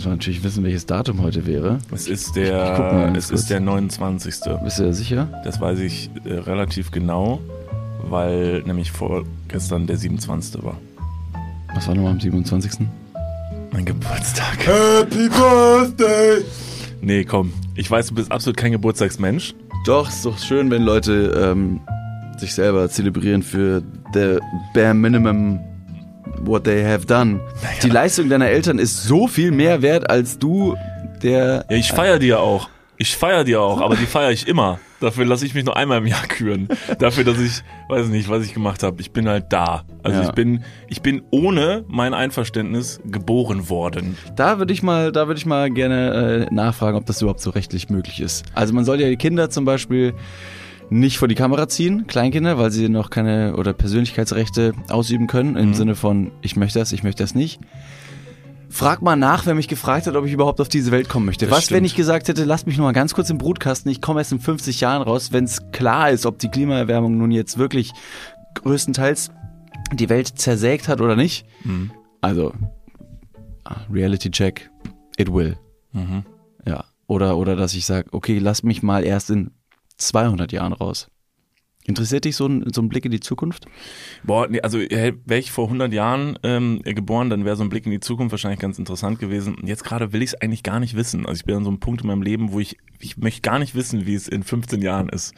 muss man natürlich wissen, welches Datum heute wäre. Es ist der 29. Bist du da sicher? Das weiß ich relativ genau, weil nämlich vorgestern der 27. war. Was war nochmal am 27.? Mein Geburtstag. Happy Birthday! Nee, komm. Ich weiß, du bist absolut kein Geburtstagsmensch. Doch, ist doch schön, wenn Leute sich selber zelebrieren für the bare minimum what they have done. Naja. Die Leistung deiner Eltern ist so viel mehr wert als du, der... Ja, ich feiere die ja auch. Aber die feiere ich immer. Dafür lasse ich mich nur einmal im Jahr küren. Dafür, dass ich, weiß nicht, was ich gemacht habe. Ich bin halt da. Also ja. ich bin ohne mein Einverständnis geboren worden. Da würde ich mal gerne nachfragen, ob das überhaupt so rechtlich möglich ist. Also man soll ja die Kinder zum Beispiel nicht vor die Kamera ziehen, Kleinkinder, weil sie noch keine oder Persönlichkeitsrechte ausüben können, im Sinne von ich möchte das nicht. Frag mal nach, wer mich gefragt hat, ob ich überhaupt auf diese Welt kommen möchte. Was, wenn ich gesagt hätte, lass mich noch mal ganz kurz im Brutkasten, ich komme erst in 50 Jahren raus, wenn es klar ist, ob die Klimaerwärmung nun jetzt wirklich größtenteils die Welt zersägt hat oder nicht. Mhm. Also, Reality Check, it will. Mhm. Ja. Oder dass ich sage, okay, lass mich mal erst in 200 Jahren raus. Interessiert dich so ein Blick in die Zukunft? Boah, nee, also wäre ich vor 100 Jahren geboren, dann wäre so ein Blick in die Zukunft wahrscheinlich ganz interessant gewesen. Und jetzt gerade will ich es eigentlich gar nicht wissen. Also ich bin an so einem Punkt in meinem Leben, wo ich möchte gar nicht wissen, wie es in 15 Jahren ist.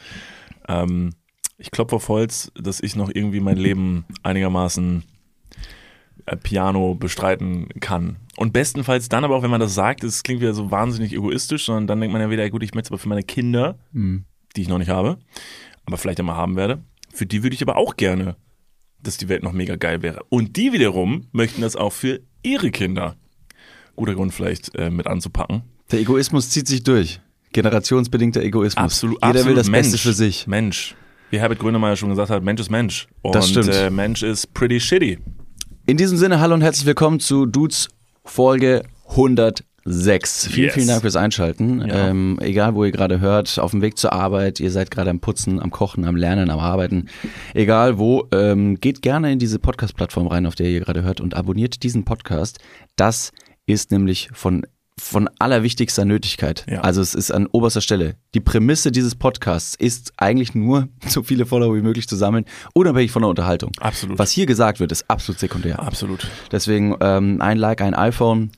Ich klopfe auf Holz, dass ich noch irgendwie mein Leben einigermaßen Piano bestreiten kann. Und bestenfalls dann aber auch, wenn man das sagt, es klingt wieder so wahnsinnig egoistisch, sondern dann denkt man ja wieder, ja gut, ich möchte es aber für meine Kinder, die ich noch nicht habe, aber vielleicht einmal haben werde, für die würde ich aber auch gerne, dass die Welt noch mega geil wäre. Und die wiederum möchten das auch für ihre Kinder. Guter Grund vielleicht mit anzupacken. Der Egoismus zieht sich durch. Generationsbedingter Egoismus. Absolut. Jeder will das Mensch, Beste für sich. Mensch. Wie Herbert Grönemeyer schon gesagt hat, Mensch ist Mensch. Und das stimmt. Mensch ist pretty shitty. In diesem Sinne, hallo und herzlich willkommen zu Dudes Folge 106. Vielen Dank fürs Einschalten. Ja. Egal, wo ihr gerade hört, auf dem Weg zur Arbeit, ihr seid gerade am Putzen, am Kochen, am Lernen, am Arbeiten. Egal wo, geht gerne in diese Podcast-Plattform rein, auf der ihr gerade hört und abonniert diesen Podcast. Das ist nämlich von allerwichtigster Nötigkeit. Ja. Also es ist an oberster Stelle. Die Prämisse dieses Podcasts ist eigentlich nur, so viele Follower wie möglich zu sammeln, unabhängig von der Unterhaltung. Absolut. Was hier gesagt wird, ist absolut sekundär. Absolut. Deswegen ein Like, ein iPhone.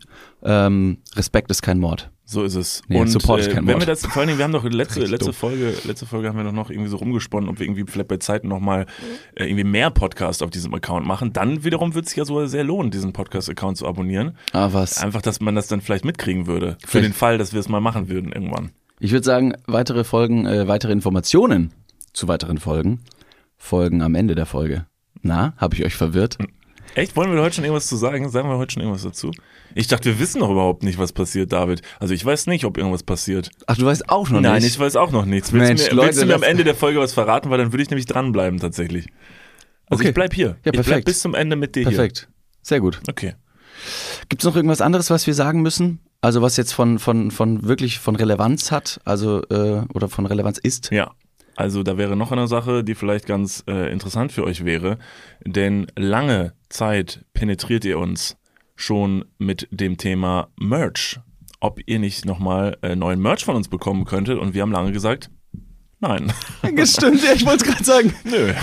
Respekt ist kein Mord. So ist es. Nee, und Support ist kein Mord. Wenn wir das, vor allen Dingen, wir haben doch letzte Folge haben wir noch irgendwie so rumgesponnen, ob wir irgendwie vielleicht bei Zeiten nochmal irgendwie mehr Podcasts auf diesem Account machen. Dann wiederum wird es sich ja so sehr lohnen, diesen Podcast-Account zu abonnieren. Ah, was? Einfach, dass man das dann vielleicht mitkriegen würde. Für den Fall, dass wir es mal machen würden irgendwann. Ich würde sagen, weitere Folgen, weitere Informationen zu weiteren Folgen folgen am Ende der Folge. Na, habe ich euch verwirrt? Echt? Wollen wir heute schon irgendwas zu sagen? Sagen wir heute schon irgendwas dazu? Ich dachte, wir wissen doch überhaupt nicht, was passiert, David. Also ich weiß nicht, ob irgendwas passiert. Ach, du weißt auch noch nicht? Nein, ich weiß auch noch nichts. Mensch, willst du mir am Ende der Folge was verraten? Weil dann würde ich nämlich dranbleiben tatsächlich. Also ich bleib hier. Ja, perfekt. Ich bleib bis zum Ende mit dir hier. Perfekt. Sehr gut. Okay. Gibt es noch irgendwas anderes, was wir sagen müssen? Also was jetzt von wirklich von Relevanz hat? Also oder von Relevanz ist? Ja. Also da wäre noch eine Sache, die vielleicht ganz interessant für euch wäre, denn lange Zeit penetriert ihr uns schon mit dem Thema Merch. Ob ihr nicht nochmal neuen Merch von uns bekommen könntet und wir haben lange gesagt, nein. Stimmt, ja, ich wollte es gerade sagen.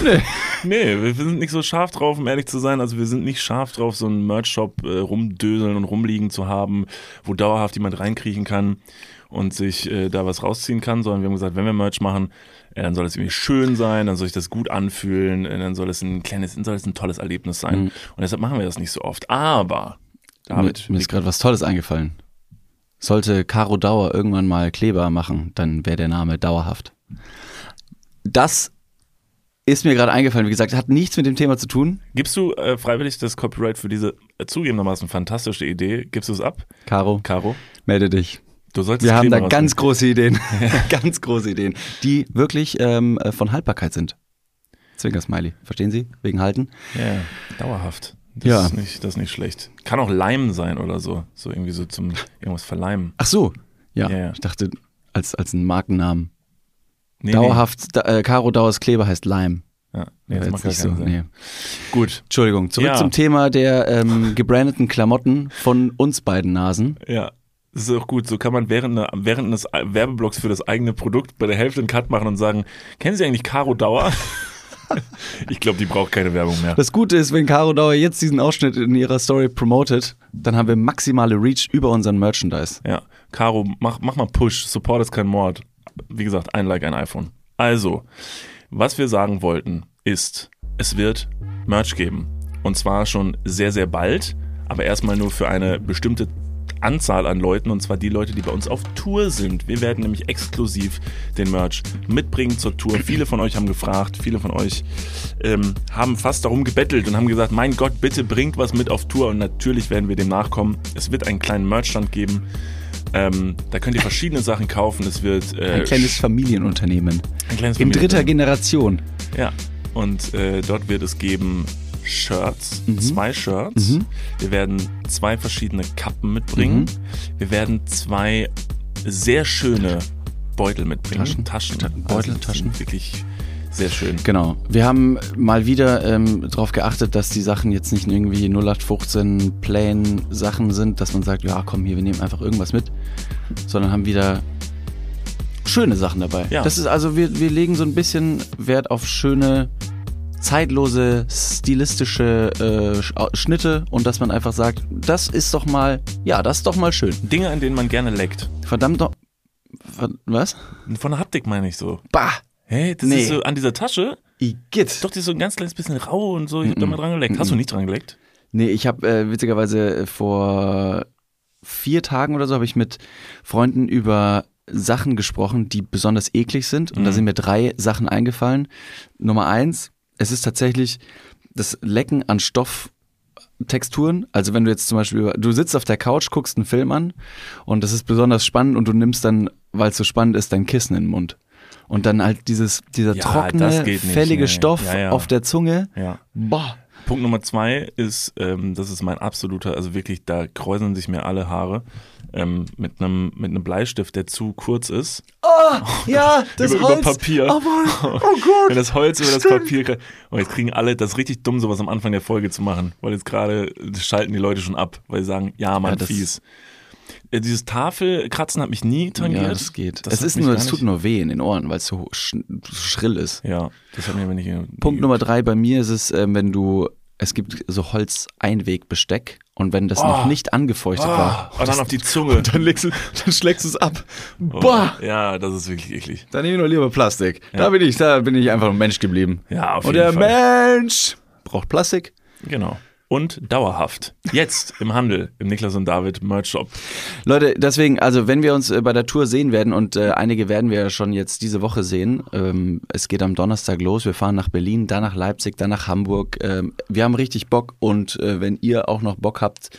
Nee, wir sind nicht so scharf drauf, um ehrlich zu sein. Also wir sind nicht scharf drauf, so einen Merch-Shop rumdöseln und rumliegen zu haben, wo dauerhaft jemand reinkriechen kann und sich da was rausziehen kann, sondern wir haben gesagt, wenn wir Merch machen, dann soll es irgendwie schön sein, dann soll sich das gut anfühlen, dann soll es ein tolles Erlebnis sein. Und deshalb machen wir das nicht so oft. Aber David, mir ist gerade was Tolles eingefallen. Sollte Caro Dauer irgendwann mal Kleber machen, dann wäre der Name dauerhaft. Das ist mir gerade eingefallen. Wie gesagt, hat nichts mit dem Thema zu tun. Gibst du freiwillig das Copyright für diese zugegebenermaßen fantastische Idee? Gibst du es ab? Caro, melde dich. Wir haben da ganz große Ideen, ganz große Ideen, die wirklich von Haltbarkeit sind. Zwinker-Smiley, verstehen Sie? Wegen Halten? Ja, dauerhaft. Das ist nicht schlecht. Kann auch Leim sein oder so. So irgendwie so zum irgendwas verleimen. Ach so, ja. Ich dachte als einen Markennamen. Dauerhaft, Caro Dauers Kleber heißt Leim. Ja, das macht gar keinen Sinn. Nee. Gut. Entschuldigung, zurück zum Thema der gebrandeten Klamotten von uns beiden Nasen. Ja. Das ist auch gut. So kann man während des Werbeblocks für das eigene Produkt bei der Hälfte einen Cut machen und sagen, kennen Sie eigentlich Caro Dauer? Ich glaube, die braucht keine Werbung mehr. Das Gute ist, wenn Caro Dauer jetzt diesen Ausschnitt in ihrer Story promotet, dann haben wir maximale Reach über unseren Merchandise. Ja, Caro, mach mal Push. Support ist kein Mord. Wie gesagt, ein Like, ein iPhone. Also, was wir sagen wollten, ist, es wird Merch geben. Und zwar schon sehr, sehr bald, aber erstmal nur für eine bestimmte Anzahl an Leuten, und zwar die Leute, die bei uns auf Tour sind. Wir werden nämlich exklusiv den Merch mitbringen zur Tour. Viele von euch haben gefragt, viele von euch haben fast darum gebettelt und haben gesagt, mein Gott, bitte bringt was mit auf Tour, und natürlich werden wir dem nachkommen. Es wird einen kleinen Merchstand geben. Da könnt ihr verschiedene Sachen kaufen. Es wird ein kleines Familienunternehmen. In Familienunternehmen. 3. Generation. Ja, und dort wird es geben Shirts, 2 Shirts. Wir werden 2 verschiedene Kappen mitbringen. Wir werden 2 sehr schöne Beutel mitbringen. Taschen. Beutel, Taschen. Wirklich sehr schön. Genau. Wir haben mal wieder darauf geachtet, dass die Sachen jetzt nicht irgendwie 0815 plain Sachen sind, dass man sagt, ja komm hier, wir nehmen einfach irgendwas mit, sondern haben wieder schöne Sachen dabei. Ja. Das ist also, wir legen so ein bisschen Wert auf schöne, zeitlose, stilistische Schnitte, und dass man einfach sagt, das ist doch mal schön. Dinge, an denen man gerne leckt. Verdammt doch. Was? Von der Haptik meine ich so. Bah! Hey, das ist so an dieser Tasche. Igitt. Doch, die ist so ein ganz kleines bisschen rau und so. Ich hab da mal dran geleckt. Hast du nicht dran geleckt? Nee, ich habe witzigerweise vor 4 Tagen oder so habe ich mit Freunden über Sachen gesprochen, die besonders eklig sind. Und da sind mir 3 Sachen eingefallen. Nummer 1, es ist tatsächlich das Lecken an Stofftexturen. Also wenn du jetzt zum Beispiel, du sitzt auf der Couch, guckst einen Film an und das ist besonders spannend und du nimmst dann, weil es so spannend ist, dein Kissen in den Mund. Und dann halt dieser trockene, fällige Stoff auf der Zunge. Ja. Boah. Punkt Nummer 2 ist, das ist mein absoluter, also wirklich, da kräuseln sich mir alle Haare, mit einem Bleistift, der zu kurz ist. Oh, ja, das Holz. Über Papier. Oh Gott. Wenn das Holz über das Papier, und jetzt kriegen alle, das ist richtig dumm, sowas am Anfang der Folge zu machen, weil jetzt gerade schalten die Leute schon ab, weil sie sagen, ja, Mann, fies. Dieses Tafelkratzen hat mich nie tangiert. Ja, das geht. Es tut nur weh in den Ohren, weil es so schrill ist. Ja, das hat mir aber nicht. Punkt Nummer 3 bei mir ist es, es gibt so Holzeinwegbesteck, und wenn das noch nicht angefeuchtet war. Und dann auf die Zunge. Und dann schlägst du es ab. Boah! Ja, das ist wirklich eklig. Dann nehme ich nur lieber Plastik. Ja. Da bin ich einfach ein Mensch geblieben. Ja, auf jeden Fall. Und der Mensch braucht Plastik. Genau. Und dauerhaft. Jetzt im Handel, im Niklas und David Merch Shop. Leute, deswegen, also wenn wir uns bei der Tour sehen werden, und einige werden wir schon jetzt diese Woche sehen, es geht am Donnerstag los, wir fahren nach Berlin, dann nach Leipzig, dann nach Hamburg. Wir haben richtig Bock, und wenn ihr auch noch Bock habt,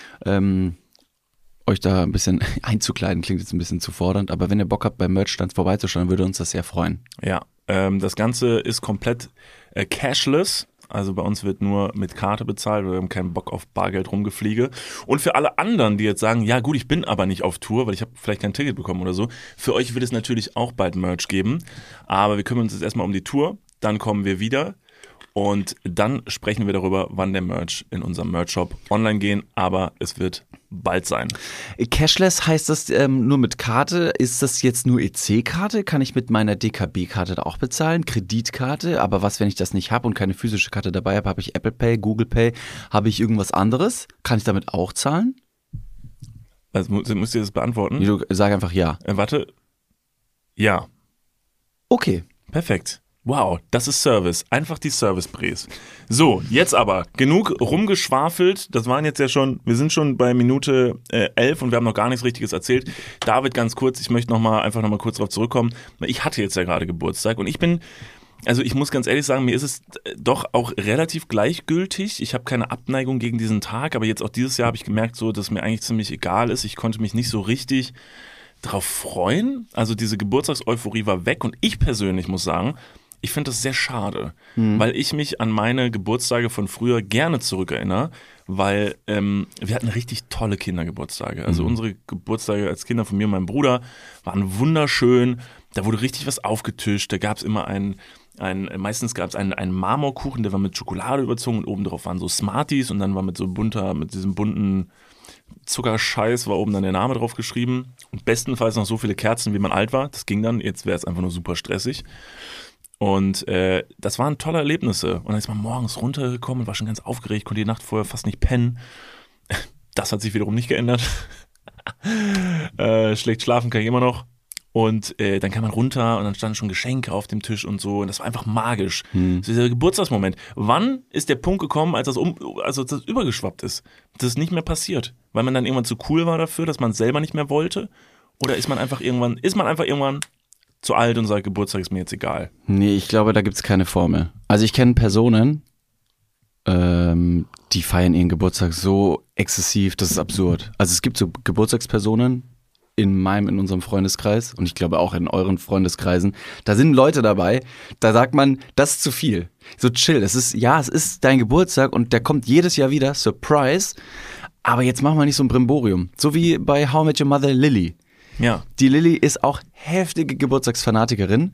euch da ein bisschen einzukleiden, klingt jetzt ein bisschen zu fordernd, aber wenn ihr Bock habt, beim Merchstand vorbeizuschauen, würde uns das sehr freuen. Ja, das Ganze ist komplett cashless. Also bei uns wird nur mit Karte bezahlt, wir haben keinen Bock auf Bargeld rumgefliege. Und für alle anderen, die jetzt sagen, ja gut, ich bin aber nicht auf Tour, weil ich habe vielleicht kein Ticket bekommen oder so, für euch wird es natürlich auch bald Merch geben. Aber wir kümmern uns jetzt erstmal um die Tour, dann kommen wir wieder und dann sprechen wir darüber, wann der Merch in unserem Merch-Shop online gehen, aber es wird bald sein. Cashless heißt das nur mit Karte? Ist das jetzt nur EC-Karte? Kann ich mit meiner DKB-Karte da auch bezahlen? Kreditkarte? Aber was, wenn ich das nicht habe und keine physische Karte dabei habe? Habe ich Apple Pay, Google Pay? Habe ich irgendwas anderes? Kann ich damit auch zahlen? Also müsst ihr das beantworten? Du sag einfach ja. Warte. Ja. Okay. Perfekt. Wow, das ist Service. Einfach die Service-Bres. So, jetzt aber genug rumgeschwafelt. Das waren jetzt ja schon, wir sind schon bei Minute 11 und wir haben noch gar nichts Richtiges erzählt. David, ganz kurz, ich möchte einfach noch mal kurz darauf zurückkommen. Ich hatte jetzt ja gerade Geburtstag und ich muss ganz ehrlich sagen, mir ist es doch auch relativ gleichgültig. Ich habe keine Abneigung gegen diesen Tag, aber jetzt auch dieses Jahr habe ich gemerkt, so, dass mir eigentlich ziemlich egal ist. Ich konnte mich nicht so richtig drauf freuen. Also diese Geburtstagseuphorie war weg, und ich persönlich muss sagen, ich finde das sehr schade, weil ich mich an meine Geburtstage von früher gerne zurückerinnere, weil wir hatten richtig tolle Kindergeburtstage. Also unsere Geburtstage als Kinder von mir und meinem Bruder waren wunderschön. Da wurde richtig was aufgetischt. Da gab es immer meistens gab es einen Marmorkuchen, der war mit Schokolade überzogen, und oben drauf waren so Smarties, und dann war mit diesem bunten Zuckerscheiß war oben dann der Name drauf geschrieben. Und bestenfalls noch so viele Kerzen, wie man alt war. Das ging dann, jetzt wäre es einfach nur super stressig. Und das waren tolle Erlebnisse. Und dann ist man morgens runtergekommen und war schon ganz aufgeregt, konnte die Nacht vorher fast nicht pennen. Das hat sich wiederum nicht geändert. Schlecht schlafen kann ich immer noch. Und dann kam man runter und dann standen schon Geschenke auf dem Tisch und so. Und das war einfach magisch. So dieser Geburtstagsmoment. Wann ist der Punkt gekommen, als das übergeschwappt ist? Das ist nicht mehr passiert. Weil man dann irgendwann zu cool war dafür, dass man es selber nicht mehr wollte? Oder ist man einfach irgendwann zu alt und sagt, Geburtstag ist mir jetzt egal? Nee, ich glaube, da gibt's keine Formel. Also ich kenne Personen, die feiern ihren Geburtstag so exzessiv, das ist absurd. Also es gibt so Geburtstagspersonen in unserem Freundeskreis und ich glaube auch in euren Freundeskreisen, da sind Leute dabei, da sagt man, das ist zu viel. So chill, es ist dein Geburtstag und der kommt jedes Jahr wieder, Surprise, aber jetzt machen wir nicht so ein Brimborium. So wie bei How I Met Your Mother Lily. Ja. Die Lily ist auch heftige Geburtstagsfanatikerin.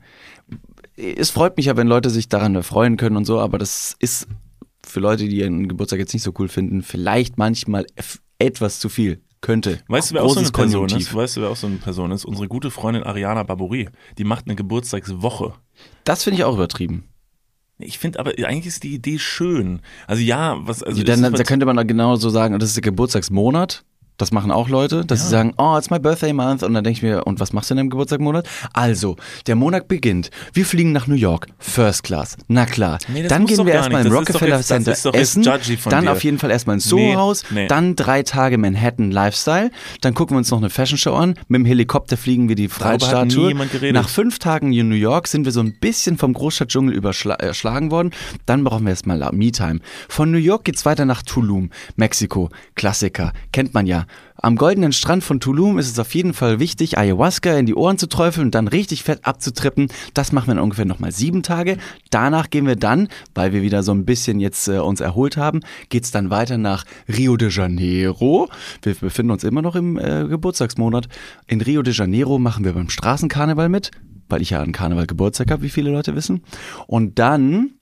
Es freut mich ja, wenn Leute sich daran erfreuen können und so, aber das ist für Leute, die ihren Geburtstag jetzt nicht so cool finden, vielleicht manchmal etwas zu viel. Könnte. Weißt du, wer auch so eine Person ist? Unsere gute Freundin Ariana Barbouri. Die macht eine Geburtstagswoche. Das finde ich auch übertrieben. Ich finde aber, eigentlich ist die Idee schön. Also ja, da könnte man genauso sagen, das ist der Geburtstagsmonat. Das machen auch Leute, dass sie sagen, oh, it's my birthday month. Und dann denke ich mir, und was machst du in deinem Geburtstagmonat? Also, der Monat beginnt. Wir fliegen nach New York. First Class. Na klar. Nee, dann gehen wir erstmal im Rockefeller Center essen. Dann auf jeden Fall erstmal ins Soho-Haus. Nee. Dann 3 Tage Manhattan Lifestyle. Dann gucken wir uns noch eine Fashion-Show an. Mit dem Helikopter fliegen wir die Freiheitsstatue. Nach 5 Tagen in New York sind wir so ein bisschen vom Großstadtdschungel überschlagen worden. Dann brauchen wir erstmal Me-Time. Von New York geht's weiter nach Tulum, Mexiko. Klassiker. Kennt man ja. Am goldenen Strand von Tulum ist es auf jeden Fall wichtig, Ayahuasca in die Ohren zu träufeln und dann richtig fett abzutrippen. Das machen wir dann ungefähr nochmal 7 Tage. Danach gehen wir dann, weil wir wieder so ein bisschen jetzt uns erholt haben, geht's dann weiter nach Rio de Janeiro. Wir befinden uns immer noch im Geburtstagsmonat. In Rio de Janeiro machen wir beim Straßenkarneval mit, weil ich ja an Karneval Geburtstag habe, wie viele Leute wissen. Und dann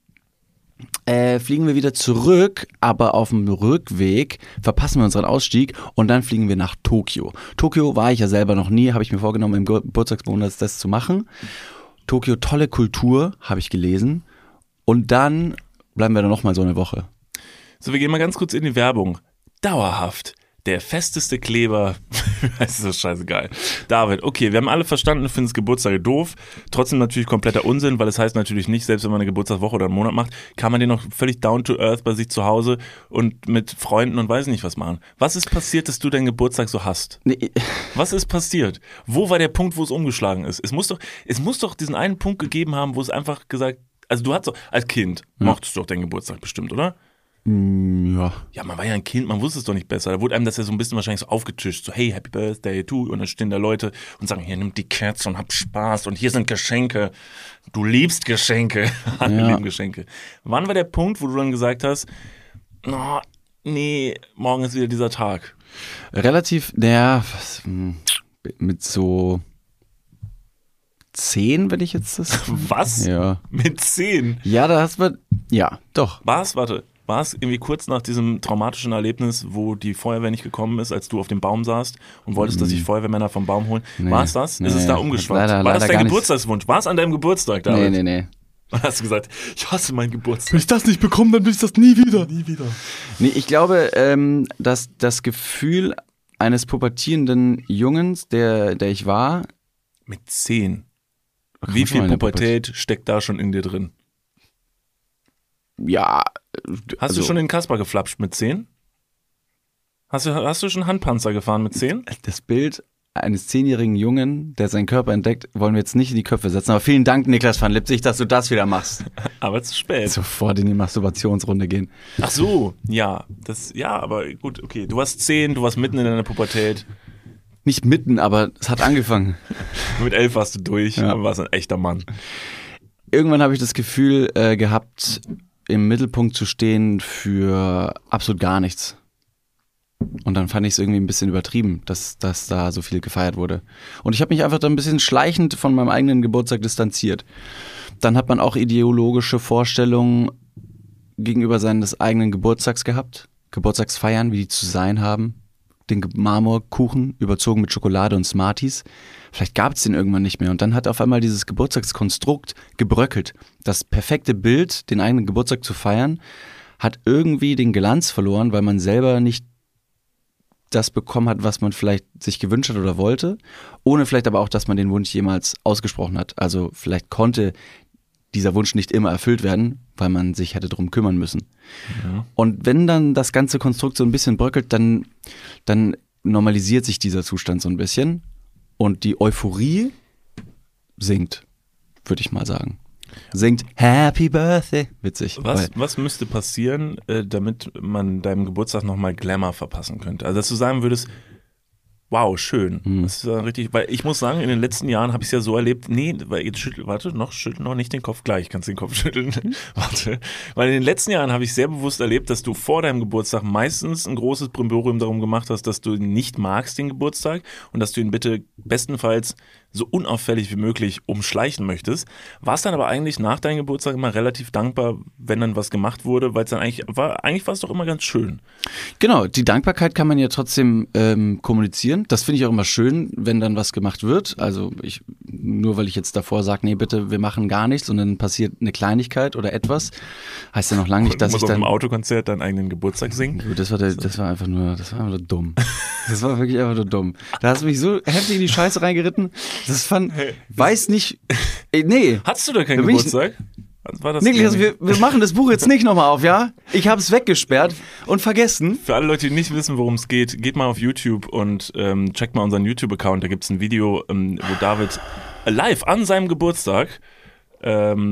fliegen wir wieder zurück, aber auf dem Rückweg verpassen wir unseren Ausstieg und dann fliegen wir nach Tokio. Tokio war ich ja selber noch nie, habe ich mir vorgenommen, im Geburtstagsmonat das zu machen. Tokio, tolle Kultur, habe ich gelesen. Und dann bleiben wir da nochmal so eine Woche. So, wir gehen mal ganz kurz in die Werbung. Dauerhaft. Der festeste Kleber, das ist so scheißegal. David, okay, wir haben alle verstanden, du findest Geburtstage doof. Trotzdem natürlich kompletter Unsinn, weil es heißt natürlich nicht, selbst wenn man eine Geburtstagswoche oder einen Monat macht, kann man den noch völlig down to earth bei sich zu Hause und mit Freunden und weiß nicht was machen. Was ist passiert, dass du deinen Geburtstag so hast? Nee. Was ist passiert? Wo war der Punkt, wo es umgeschlagen ist? Es muss doch diesen einen Punkt gegeben haben, wo es einfach gesagt, also du hast doch, als Kind mochtest du doch deinen Geburtstag bestimmt, oder? Ja. Ja, man war ja ein Kind, man wusste es doch nicht besser. Da wurde einem das ja so ein bisschen wahrscheinlich so aufgetischt. So, hey, Happy Birthday to. Und dann stehen da Leute und sagen, hier, nimm die Kerze und hab Spaß. Und hier sind Geschenke. Du liebst Geschenke. Alle lieben Geschenke. Wann war der Punkt, wo du dann gesagt hast, oh, nee, morgen ist wieder dieser Tag? Relativ, mit so 10, wenn ich jetzt das... Was? Ja. Mit 10? Ja, da hast du... Ja, doch. War es irgendwie kurz nach diesem traumatischen Erlebnis, wo die Feuerwehr nicht gekommen ist, als du auf dem Baum saßt und wolltest, dass sich Feuerwehrmänner vom Baum holen? Nee, war es das? Ist es da umgeschwappt? War das dein Geburtstagswunsch? War es an deinem Geburtstag, David? Nee. Und hast du gesagt, ich hasse meinen Geburtstag. Wenn ich das nicht bekomme, dann will ich das nie wieder. Nee, ich glaube, dass das Gefühl eines pubertierenden Jungens, der ich war... Mit 10? Wie viel Pubertät steckt da schon in dir drin? Ja. Hast du schon den Kasper geflapscht mit 10? Hast du schon Handpanzer gefahren mit 10? Das Bild eines 10-jährigen Jungen, der seinen Körper entdeckt, wollen wir jetzt nicht in die Köpfe setzen. Aber vielen Dank, Niklas van Lipzig, dass du das wieder machst. Aber zu spät. Sofort in die Masturbationsrunde gehen. Ach so, ja. Aber gut, okay. Du warst 10, du warst mitten in deiner Pubertät. Nicht mitten, aber es hat angefangen. Mit 11 warst du durch, aber warst ein echter Mann. Irgendwann habe ich das Gefühl gehabt, im Mittelpunkt zu stehen für absolut gar nichts. Und dann fand ich es irgendwie ein bisschen übertrieben, dass da so viel gefeiert wurde. Und ich habe mich einfach da ein bisschen schleichend von meinem eigenen Geburtstag distanziert. Dann hat man auch ideologische Vorstellungen gegenüber seines eigenen Geburtstags gehabt. Geburtstagsfeiern, wie die zu sein haben. den Marmorkuchen, überzogen mit Schokolade und Smarties. Vielleicht gab es den irgendwann nicht mehr. Und dann hat auf einmal dieses Geburtstagskonstrukt gebröckelt. Das perfekte Bild, den eigenen Geburtstag zu feiern, hat irgendwie den Glanz verloren, weil man selber nicht das bekommen hat, was man vielleicht sich gewünscht hat oder wollte, ohne vielleicht aber auch, dass man den Wunsch jemals ausgesprochen hat. Also vielleicht konnte dieser Wunsch nicht immer erfüllt werden, weil man sich hätte drum kümmern müssen. Ja. Und wenn dann das ganze Konstrukt so ein bisschen bröckelt, dann normalisiert sich dieser Zustand so ein bisschen und die Euphorie sinkt, würde ich mal sagen. Singt Happy Birthday. Witzig. Was müsste passieren, damit man deinem Geburtstag nochmal Glamour verpassen könnte? Also, dass du sagen würdest, wow, schön. Das ist richtig, weil ich muss sagen, in den letzten Jahren habe ich es ja so erlebt, weil jetzt schüttel noch nicht den Kopf gleich, kannst den Kopf schütteln. Warte. Weil in den letzten Jahren habe ich sehr bewusst erlebt, dass du vor deinem Geburtstag meistens ein großes Brimborium darum gemacht hast, dass du ihn nicht magst, den Geburtstag, und dass du ihn bitte bestenfalls so unauffällig wie möglich umschleichen möchtest. Warst dann aber eigentlich nach deinem Geburtstag immer relativ dankbar, wenn dann was gemacht wurde, weil es dann eigentlich war es doch immer ganz schön. Genau, die Dankbarkeit kann man ja trotzdem kommunizieren. Das finde ich auch immer schön, wenn dann was gemacht wird. Also nur weil ich jetzt davor sage, nee, bitte, wir machen gar nichts und dann passiert eine Kleinigkeit oder etwas, heißt ja noch lange nicht, dass ich dann... Du musst auf einem Autokonzert deinen eigenen Geburtstag singen? Das war einfach nur dumm. Das war wirklich einfach nur dumm. Da hast du mich so heftig in die Scheiße reingeritten. Weiß nicht. Nee. Hattest du da keinen Geburtstag? Niklas, wir machen das Buch jetzt nicht nochmal auf, ja? Ich habe es weggesperrt und vergessen. Für alle Leute, die nicht wissen, worum es geht mal auf YouTube und checkt mal unseren YouTube-Account. Da gibt es ein Video, wo David live an seinem Geburtstag, ich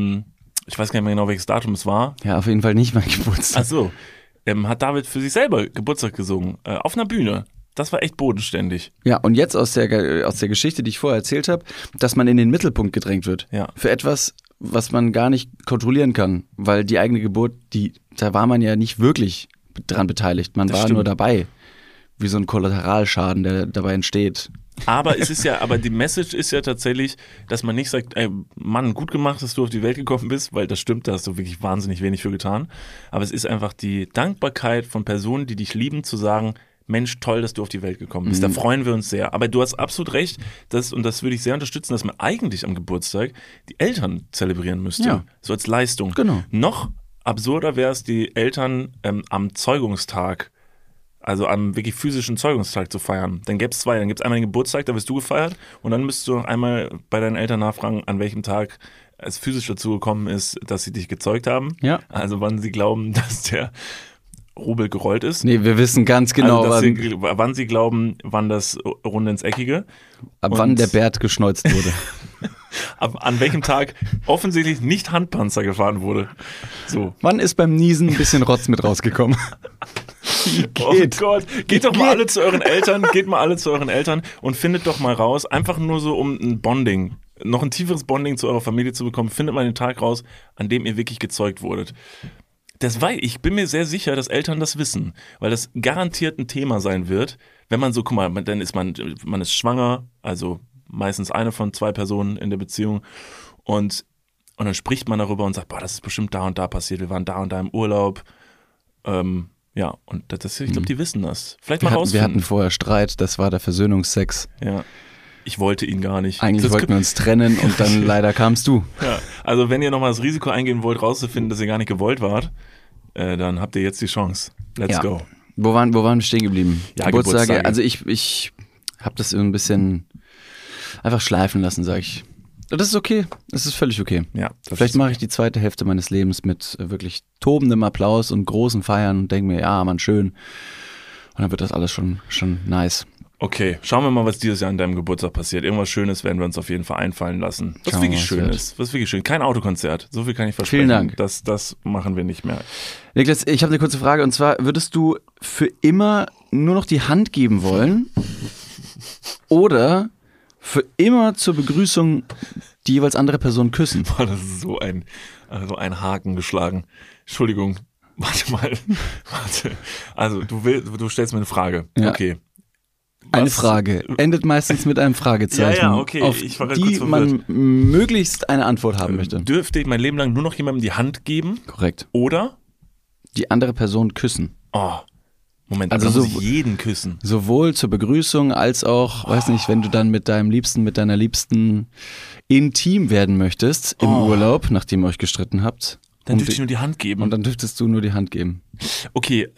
weiß gar nicht mehr genau, welches Datum es war. Ja, auf jeden Fall nicht mein Geburtstag. Ach so. Hat David für sich selber Geburtstag gesungen, auf einer Bühne. Das war echt bodenständig. Ja, und jetzt aus der Geschichte, die ich vorher erzählt habe, dass man in den Mittelpunkt gedrängt wird. Ja. Für etwas, was man gar nicht kontrollieren kann. Weil die eigene Geburt, da war man ja nicht wirklich dran beteiligt. Man war nur dabei. Wie so ein Kollateralschaden, der dabei entsteht. Aber die Message ist ja tatsächlich, dass man nicht sagt, ey, Mann, gut gemacht, dass du auf die Welt gekommen bist, weil das stimmt, da hast du wirklich wahnsinnig wenig für getan. Aber es ist einfach die Dankbarkeit von Personen, die dich lieben, zu sagen, Mensch, toll, dass du auf die Welt gekommen bist. Da freuen wir uns sehr. Aber du hast absolut recht, und das würde ich sehr unterstützen, dass man eigentlich am Geburtstag die Eltern zelebrieren müsste. Ja. So als Leistung. Genau. Noch absurder wäre es, die Eltern am Zeugungstag, also am wirklich physischen Zeugungstag zu feiern. Dann gäbe es zwei. Dann gibt es einmal den Geburtstag, da wirst du gefeiert. Und dann müsstest du noch einmal bei deinen Eltern nachfragen, an welchem Tag es physisch dazu gekommen ist, dass sie dich gezeugt haben. Ja. Also wann sie glauben, dass der Rubel gerollt ist. Nee, wir wissen ganz genau, also, wann sie glauben, wann das Runde ins Eckige. Ab wann der Bert geschneuzt wurde. An welchem Tag offensichtlich nicht Handpanzer gefahren wurde. So. Wann ist beim Niesen ein bisschen Rotz mit rausgekommen? Oh Gott, geht mal alle zu euren Eltern und findet doch mal raus, einfach nur so um ein Bonding, noch ein tieferes Bonding zu eurer Familie zu bekommen, findet mal den Tag raus, an dem ihr wirklich gezeugt wurdet. Ich bin mir sehr sicher, dass Eltern das wissen, weil das garantiert ein Thema sein wird, wenn man so, guck mal, dann ist man ist schwanger, also meistens eine von zwei Personen in der Beziehung und dann spricht man darüber und sagt, boah, das ist bestimmt da und da passiert, wir waren da und da im Urlaub, ja, und ich glaube, die wissen das. Vielleicht mal rausfinden. Wir hatten vorher Streit, das war der Versöhnungsex. Ja. Ich wollte ihn gar nicht. Eigentlich wollten wir uns trennen und dann leider kamst du. Ja, also wenn ihr nochmal das Risiko eingehen wollt, rauszufinden, dass ihr gar nicht gewollt wart, dann habt ihr jetzt die Chance. Let's go. Wo waren wir stehen geblieben? Ja, Geburtstage. Also ich habe das so ein bisschen einfach schleifen lassen, sag ich. Das ist okay. Das ist völlig okay. Ja, vielleicht mache ich die zweite Hälfte meines Lebens mit wirklich tobendem Applaus und großen Feiern und denke mir, ja, Mann, schön. Und dann wird das alles schon nice. Okay, schauen wir mal, was dieses Jahr an deinem Geburtstag passiert. Irgendwas Schönes werden wir uns auf jeden Fall einfallen lassen. Was wirklich schön ist. Was wirklich schön. Kein Autokonzert. So viel kann ich versprechen. Vielen Dank. Das machen wir nicht mehr. Niklas, ich habe eine kurze Frage und zwar, würdest du für immer nur noch die Hand geben wollen oder für immer zur Begrüßung die jeweils andere Person küssen? Boah, das ist so ein Haken geschlagen. Entschuldigung. Warte. Also, du stellst mir eine Frage. Ja. Okay. Eine Frage endet meistens mit einem Fragezeichen, ja, okay. auf die man möglichst eine Antwort haben möchte. Dürfte ich mein Leben lang nur noch jemandem die Hand geben? Korrekt. Oder? Die andere Person küssen. Oh, Moment, Also also muss so- ich jeden küssen. Sowohl zur Begrüßung als auch, weiß nicht, wenn du dann mit deinem Liebsten, mit deiner Liebsten intim werden möchtest im Urlaub, nachdem ihr euch gestritten habt. Dann Und dürfte ich nur die Hand geben. Und dann dürftest du nur die Hand geben. Okay.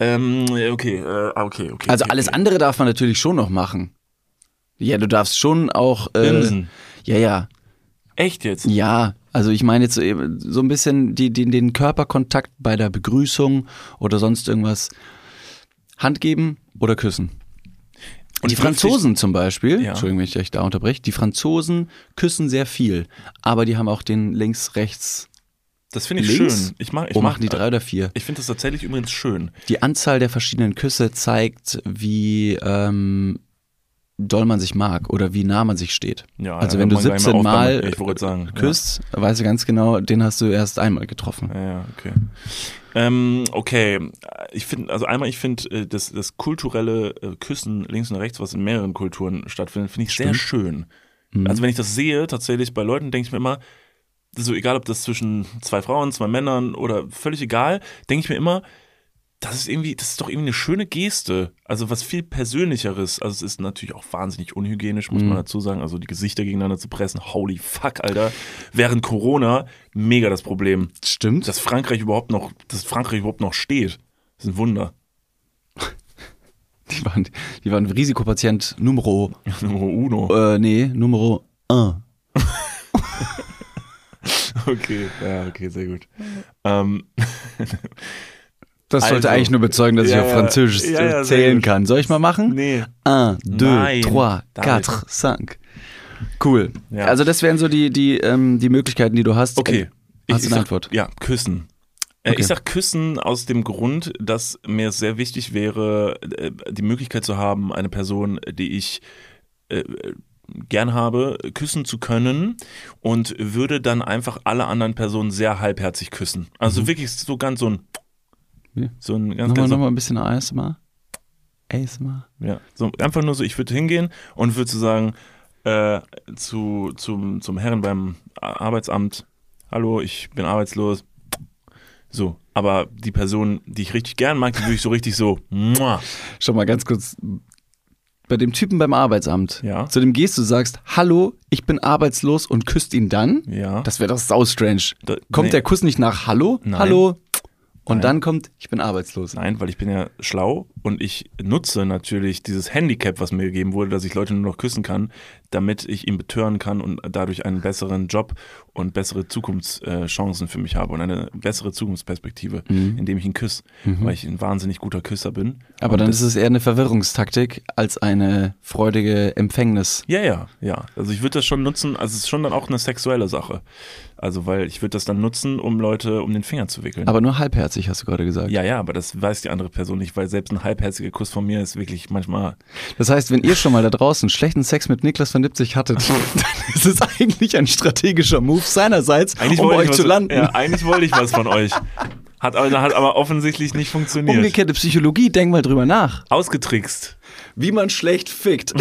Also alles andere darf man natürlich schon noch machen. Ja, du darfst schon auch... Bimsen. Ja. Echt jetzt? Ja, also ich meine jetzt so ein bisschen den Körperkontakt bei der Begrüßung oder sonst irgendwas. Hand geben oder küssen. Und Die Franzosen zum Beispiel, Ja. Entschuldigung, wenn ich euch da unterbreche, die Franzosen küssen sehr viel, aber die haben auch den links-rechts. Das finde ich Links? schön. Ich mag Machen die 3 oder 4? Ich finde das tatsächlich übrigens schön. Die Anzahl der verschiedenen Küsse zeigt, wie doll man sich mag oder wie nah man sich steht. Ja, Also da wenn du hört man gleich 17 auf Mal damit. Ich wollte sagen, küsst, weißt du ganz genau, den hast du erst einmal getroffen. Ja, okay. Okay, ich finde, das kulturelle Küssen links und rechts, was in mehreren Kulturen stattfindet, finde ich sehr schön. Also wenn ich das sehe, tatsächlich bei Leuten, denke ich mir immer, so egal ob das zwischen 2 Frauen, 2 Männern oder völlig egal, denke ich mir immer, das ist doch irgendwie eine schöne Geste. Also was viel Persönlicheres. Also es ist natürlich auch wahnsinnig unhygienisch, muss man dazu sagen. Also die Gesichter gegeneinander zu pressen, holy fuck, Alter. Während Corona, mega das Problem. Stimmt. Dass Frankreich überhaupt noch steht. Das ist ein Wunder. Die waren Risikopatient Numero Uno. Numero 1. Okay, ja, okay, sehr gut. Das sollte Also, eigentlich nur bezeugen, dass ich ja, auf Französisch sehr zählen gut. kann. Soll ich mal machen? Nee. 1, 2, Nein, 3, David. 4, 5. Cool. Ja. Also das wären so die Möglichkeiten, die du hast. Okay. Hast du eine sag- Antwort? Ja, küssen. Okay. Ich sag küssen aus dem Grund, dass mir sehr wichtig wäre, die Möglichkeit zu haben, eine Person, die ich gern habe, küssen zu können und würde dann einfach alle anderen Personen sehr halbherzig küssen. Also wirklich so ganz so ein Wie? so ein ganz Nochmal ein bisschen ASMR. ASMR. ja, so einfach nur so, ich würde hingehen und würde so sagen, zum Herrn beim Arbeitsamt, hallo, ich bin arbeitslos. So, aber die Person, die ich richtig gern mag, die würde ich so richtig so, muah. Schau mal ganz kurz. Bei dem Typen beim Arbeitsamt, Ja. zu dem gehst du, sagst, hallo, ich bin arbeitslos und küsst ihn dann? Ja. Das wäre doch sau strange. Kommt nee. der Kuss nicht nach Hallo? Nein. Hallo? Und Nein. dann kommt, ich bin arbeitslos. Nein, weil ich bin ja schlau und ich nutze natürlich dieses Handicap, was mir gegeben wurde, dass ich Leute nur noch küssen kann, damit ich ihn betören kann und dadurch einen besseren Job und bessere Zukunftschancen für mich habe und eine bessere Zukunftsperspektive, indem ich ihn küsse, weil ich ein wahnsinnig guter Küsser bin. Aber Und dann das- ist es eher eine Verwirrungstaktik als eine freudige Empfängnis. Ja. Also ich würde das schon nutzen, also es ist schon dann auch eine sexuelle Sache. Also weil ich würde das dann nutzen, um Leute um den Finger zu wickeln. Aber nur halbherzig, hast du gerade gesagt. Ja, aber das weiß die andere Person nicht, weil selbst ein halbherziger Kuss von mir ist wirklich manchmal. Das heißt, wenn ihr schon mal da draußen schlechten Sex mit Niklas von Lipzig hattet, dann ist es eigentlich ein strategischer Move seinerseits, um wollte euch ich zu was- landen. Ja, eigentlich wollte ich was von euch. Hat aber offensichtlich nicht funktioniert. Umgekehrte Psychologie, denk mal drüber nach. Ausgetrickst. Wie man schlecht fickt.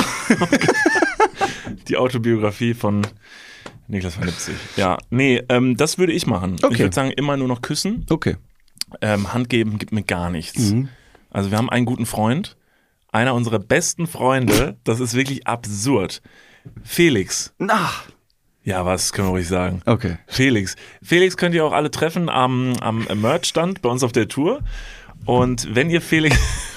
Die Autobiografie von Niklas von Lipzig. Ja, nee, das würde ich machen. Okay. Ich würde sagen, immer nur noch küssen. Okay. Hand geben gibt mir gar nichts. Mhm. Also wir haben einen guten Freund, einer unserer besten Freunde, das ist wirklich absurd. Felix. Na. Ja, was können wir ruhig sagen? Okay. Felix. Felix könnt ihr auch alle treffen am Merch-Stand bei uns auf der Tour. Und wenn ihr Felix,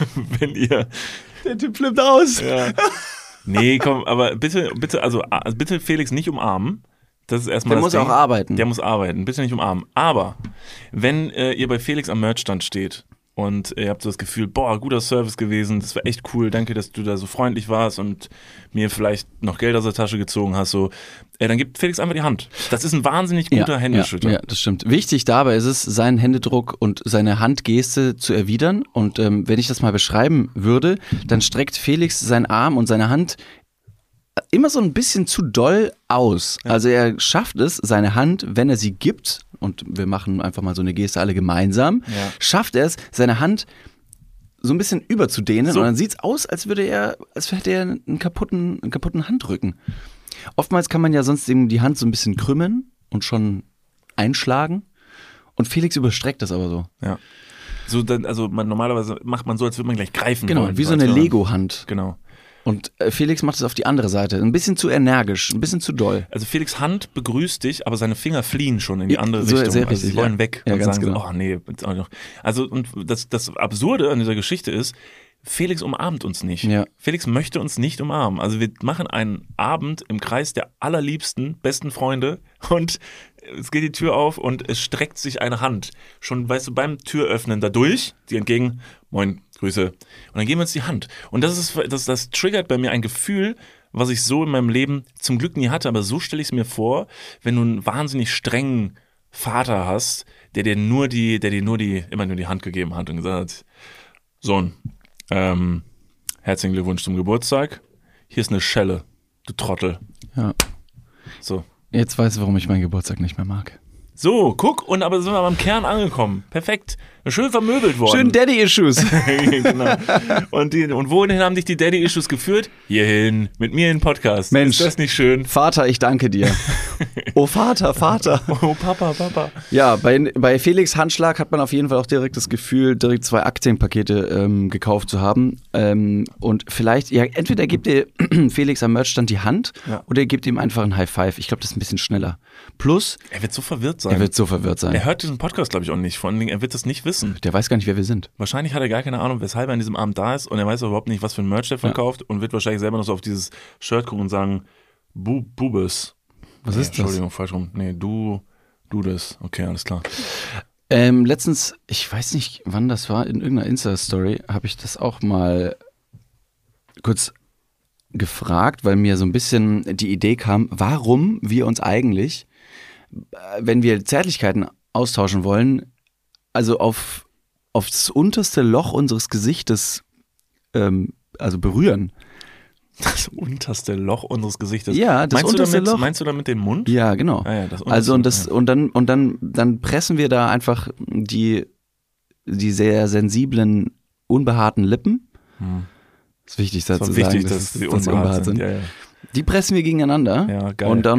Der Typ flippt aus. ja. Nee, komm, aber bitte Felix nicht umarmen. Das ist erstmal Der das muss Ding. auch arbeiten. Der muss arbeiten, bitte nicht umarmen. Aber wenn ihr bei Felix am Merchstand steht und ihr habt so das Gefühl, boah, guter Service gewesen, das war echt cool, danke, dass du da so freundlich warst und mir vielleicht noch Geld aus der Tasche gezogen hast, so, dann gibt Felix einfach die Hand. Das ist ein wahnsinnig guter Händeschütter. Ja, das stimmt. Wichtig dabei ist es, seinen Händedruck und seine Handgeste zu erwidern. Und wenn ich das mal beschreiben würde, dann streckt Felix seinen Arm und seine Hand immer so ein bisschen zu doll aus. Also er schafft es, seine Hand, wenn er sie gibt, und wir machen einfach mal so eine Geste alle gemeinsam, schafft er es, seine Hand so ein bisschen überzudehnen So. und dann sieht es aus, als hätte er einen kaputten Handrücken. Oftmals kann man ja sonst eben die Hand so ein bisschen krümmen und schon einschlagen und Felix überstreckt das aber so. Ja. Also normalerweise macht man so, als würde man gleich greifen Genau, wollen. wie so eine Lego-Hand. Genau. Und Felix macht es auf die andere Seite. Ein bisschen zu energisch, ein bisschen zu doll. Also Felix Hand begrüßt dich, aber seine Finger fliehen schon in die andere So, Richtung. sehr Also sie richtig, wollen ja. weg Ja, und ganz sagen genau. so, oh nee, jetzt auch noch. Also und das Absurde an dieser Geschichte ist, Felix umarmt uns nicht. Ja. Felix möchte uns nicht umarmen. Also wir machen einen Abend im Kreis der allerliebsten, besten Freunde und es geht die Tür auf und es streckt sich eine Hand. Schon, weißt du, beim Türöffnen dadurch, die entgegen, moin, Grüße. Und dann geben wir uns die Hand. Und das triggert bei mir ein Gefühl, was ich so in meinem Leben zum Glück nie hatte, aber so stelle ich es mir vor, wenn du einen wahnsinnig strengen Vater hast, der dir immer nur die Hand gegeben hat und gesagt hat, Sohn, herzlichen Glückwunsch zum Geburtstag. Hier ist eine Schelle, du Trottel. Ja. So. Jetzt weiß ich, warum ich meinen Geburtstag nicht mehr mag. So, guck, aber sind wir am Kern angekommen. Perfekt. Schön vermöbelt worden. Schön Daddy-Issues. Genau. Und wohin haben dich die Daddy-Issues geführt? Hierhin, mit mir in den Podcast. Mensch. Ist das nicht schön? Vater, ich danke dir. Oh Vater, Vater. Oh, Papa. Ja, bei Felix Handschlag hat man auf jeden Fall auch direkt das Gefühl, direkt 2 Aktienpakete gekauft zu haben. Und vielleicht, ja, entweder gebt ihr Felix am Merchstand die Hand oder ihr gebt ihm einfach ein High Five. Ich glaube, das ist ein bisschen schneller. Plus, Er wird so verwirrt sein. er wird so verwirrt sein. Er hört diesen Podcast, glaube ich, auch nicht. Vor allen Dingen, er wird das nicht wissen. Der weiß gar nicht, wer wir sind. Wahrscheinlich hat er gar keine Ahnung, weshalb er an diesem Abend da ist und er weiß überhaupt nicht, was für ein Merch der verkauft und wird wahrscheinlich selber noch so auf dieses Shirt gucken und sagen, Bubes. Was ist das? Entschuldigung, falsch rum. Nee, du das. Okay, alles klar. Letztens, ich weiß nicht, wann das war, in irgendeiner Insta-Story habe ich das auch mal kurz gefragt, weil mir so ein bisschen die Idee kam, warum wir uns eigentlich, wenn wir Zärtlichkeiten austauschen wollen, also auf das unterste Loch unseres Gesichtes also berühren. Das unterste Loch unseres Gesichtes. Ja, das unterste Loch. Meinst du damit den Mund? Ja, genau. Ah ja, das unterste, also und ja. dann pressen wir da einfach die sehr sensiblen, unbehaarten Lippen. Das ist wichtig, Das dazu ist zu sagen, wichtig, dass die unbehaart sind. Ja. Die pressen wir gegeneinander. Ja, geil. Und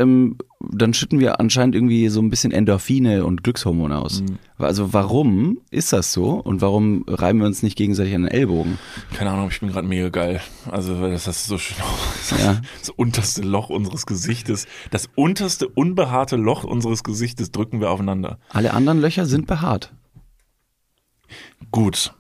dann schütten wir anscheinend irgendwie so ein bisschen Endorphine und Glückshormone aus. Also warum ist das so? Und warum reiben wir uns nicht gegenseitig an den Ellbogen? Keine Ahnung, ich bin gerade mega geil. Also das ist so schön. Ja. Das unterste Loch unseres Gesichtes, das unterste unbehaarte Loch unseres Gesichtes drücken wir aufeinander. Alle anderen Löcher sind behaart. Gut.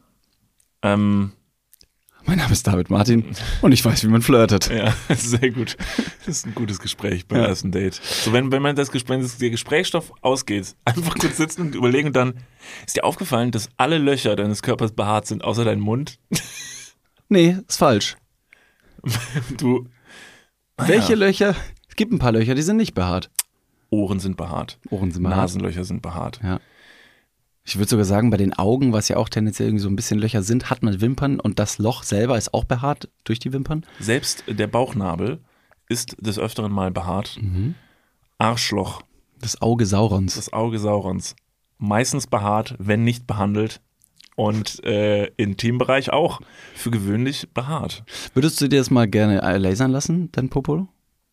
Mein Name ist David Martin und ich weiß, wie man flirtet. Ja, sehr gut. Das ist ein gutes Gespräch beim ersten Date. So, wenn man der Gesprächsstoff ausgeht, einfach kurz sitzen und überlegen und dann, ist dir aufgefallen, dass alle Löcher deines Körpers behaart sind, außer dein Mund? Nee, ist falsch. Du. Welche Löcher? Es gibt ein paar Löcher, die sind nicht behaart. Ohren sind behaart. Ohren sind behaart. Nasenlöcher sind behaart. Ja. Ich würde sogar sagen, bei den Augen, was ja auch tendenziell irgendwie so ein bisschen Löcher sind, hat man Wimpern und das Loch selber ist auch behaart durch die Wimpern. Selbst der Bauchnabel ist des Öfteren mal behaart. Arschloch, Das Auge Saurons. das Auge Saurons, meistens behaart, wenn nicht behandelt. Und Intimbereich auch für gewöhnlich behaart. Würdest du dir das mal gerne lasern lassen, dein Popo?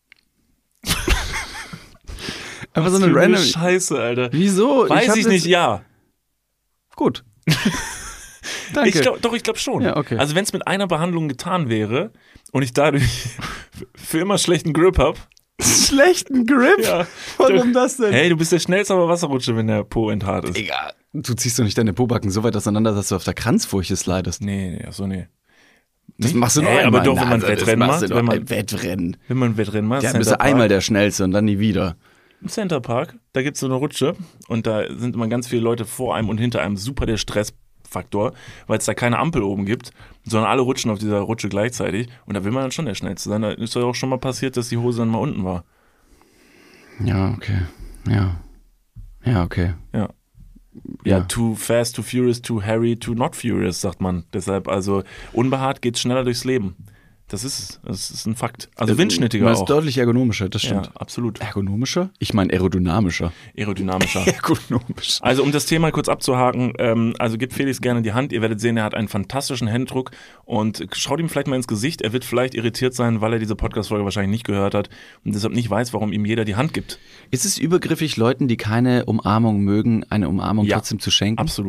Einfach so Was eine für random. Scheiße, Alter. Wieso? Weiß hab ich jetzt- nicht, ja. Gut. Danke. Ich glaube schon. Ja, okay. Also wenn es mit einer Behandlung getan wäre und ich dadurch für immer schlechten Grip habe. Schlechten Grip? Ja. Warum das denn? Hey, du bist der schnellste auf der Wasserrutsche, wenn der Po enthaart ist. Egal. Du ziehst doch nicht deine Pobacken so weit auseinander, dass du auf der Kranzfurche slidest. Nee, achso, nee. Das machst du doch Nee, einmal. aber doch, wenn man Na, das Wettrennen machst du macht, doch wenn man- ein Wettrennen. Wenn man ein Wettrennen macht, Ja, bist du einmal der Schnellste und dann nie wieder. Im Centerpark, da gibt es so eine Rutsche und da sind immer ganz viele Leute vor einem und hinter einem, super der Stressfaktor, weil es da keine Ampel oben gibt, sondern alle rutschen auf dieser Rutsche gleichzeitig und da will man dann schon der Schnellste sein. Da ist ja auch schon mal passiert, dass die Hose dann mal unten war. Ja, okay. Ja, okay. Ja. Ja. Ja, too fast, too furious, too hairy, too not furious, sagt man. Deshalb, also unbehaart geht schneller durchs Leben. Das ist ein Fakt. Also windschnittiger Man ist auch. deutlich ergonomischer, das stimmt. Ja, absolut. Ergonomischer? Ich meine aerodynamischer. Aerodynamischer. Ergonomisch. Also um das Thema kurz abzuhaken, also gebt Felix gerne die Hand, ihr werdet sehen, er hat einen fantastischen Händedruck und schaut ihm vielleicht mal ins Gesicht, er wird vielleicht irritiert sein, weil er diese Podcast-Folge wahrscheinlich nicht gehört hat und deshalb nicht weiß, warum ihm jeder die Hand gibt. Ist es übergriffig, Leuten, die keine Umarmung mögen, eine Umarmung Ja. trotzdem zu schenken? Absolut.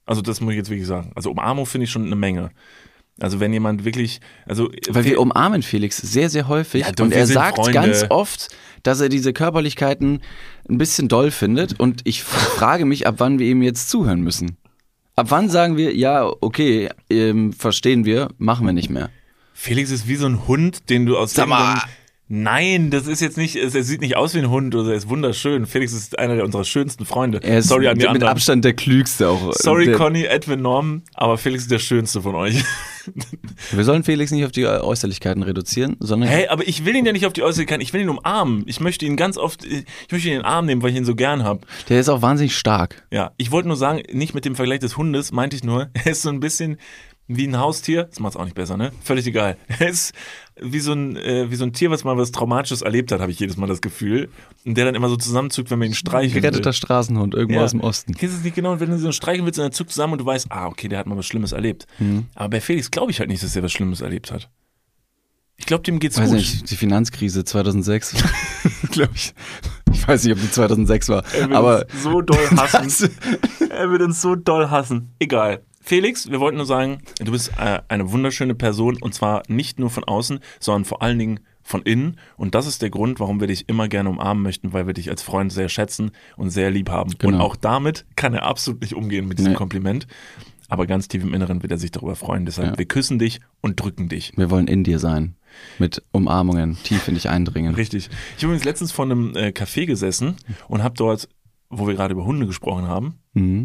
Also das muss ich jetzt wirklich sagen. Also Umarmung finde ich schon eine Menge. Also wenn jemand wirklich, weil wir umarmen Felix sehr, sehr häufig Ja, du, und wir er sind sagt Freunde. ganz oft, dass er diese Körperlichkeiten ein bisschen doll findet und ich frage mich, ab wann wir ihm jetzt zuhören müssen. Ab wann sagen wir, ja, okay, verstehen wir, machen wir nicht mehr. Felix ist wie so ein Hund, den du aus Sag mal. Nein, das ist jetzt nicht, er sieht nicht aus wie ein Hund oder er ist wunderschön. Felix ist einer unserer schönsten Freunde. Er ist Sorry an die mit anderen. Abstand der klügste auch. Sorry Conny, Edwin, Norman, aber Felix ist der schönste von euch. Wir sollen Felix nicht auf die Äußerlichkeiten reduzieren, sondern Hey, aber ich will ihn ja nicht auf die Äußerlichkeit, ich will ihn umarmen. Ich möchte ihn ganz oft, ich möchte ihn in den Arm nehmen, weil ich ihn so gern habe. der ist auch wahnsinnig stark. Ja, ich wollte nur sagen, nicht mit dem Vergleich des Hundes, meinte ich nur, er ist so ein bisschen wie ein Haustier. Das macht's auch nicht besser, ne? Völlig egal. Er ist wie so ein Tier, was mal was Traumatisches erlebt hat, habe ich jedes Mal das Gefühl. Und der dann immer so zusammenzuckt, wenn man ihn streichelt. Geretteter Straßenhund, irgendwo aus dem Osten. Kennst du es nicht genau? Und wenn du so streicheln willst, und er zuckt zusammen und du weißt, okay, der hat mal was Schlimmes erlebt. Aber bei Felix glaube ich halt nicht, dass er was Schlimmes erlebt hat. Ich glaube, dem geht's Weiß gut. nicht, die Finanzkrise 2006, glaube ich. Ich weiß nicht, ob die 2006 war, Er wird aber uns so doll hassen. Er wird uns so doll hassen. Egal. Felix, wir wollten nur sagen, du bist eine wunderschöne Person und zwar nicht nur von außen, sondern vor allen Dingen von innen. Und das ist der Grund, warum wir dich immer gerne umarmen möchten, weil wir dich als Freund sehr schätzen und sehr lieb haben. Genau. Und auch damit kann er absolut nicht umgehen mit diesem Kompliment. Aber ganz tief im Inneren wird er sich darüber freuen. Deshalb, wir küssen dich und drücken dich. wir wollen in dir sein. Mit Umarmungen, tief in dich eindringen. Richtig. Ich habe übrigens letztens vor einem Café gesessen und habe dort, wo wir gerade über Hunde gesprochen haben,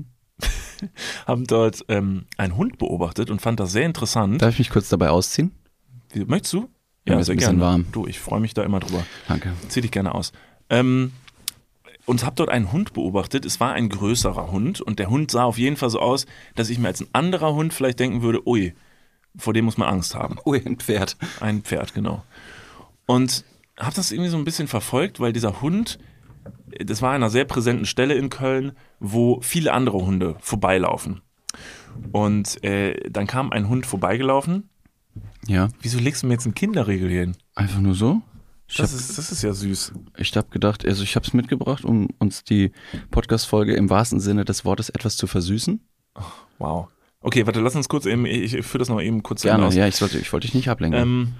haben dort einen Hund beobachtet und fand das sehr interessant. Darf ich mich kurz dabei ausziehen? Möchtest du? Ja, ist ein bisschen warm. Du, ich freue mich da immer drüber. Danke. Zieh dich gerne aus. Und habe dort einen Hund beobachtet. Es war ein größerer Hund und der Hund sah auf jeden Fall so aus, dass ich mir als ein anderer Hund vielleicht denken würde, ui, vor dem muss man Angst haben. Ui, ein Pferd. Ein Pferd, genau. Und habe das irgendwie so ein bisschen verfolgt, weil dieser Hund, das war an einer sehr präsenten Stelle in Köln, wo viele andere Hunde vorbeilaufen. Und dann kam ein Hund vorbeigelaufen. Ja. Wieso legst du mir jetzt einen Kinderriegel hier hin? Einfach nur so? Das ist ja süß. Ich habe gedacht, also ich habe es mitgebracht, um uns die Podcast-Folge im wahrsten Sinne des Wortes etwas zu versüßen. Wow. Okay, warte, lass uns kurz eben, ich führe das noch eben kurz Gerne, aus. ja, ich wollte dich nicht ablenken.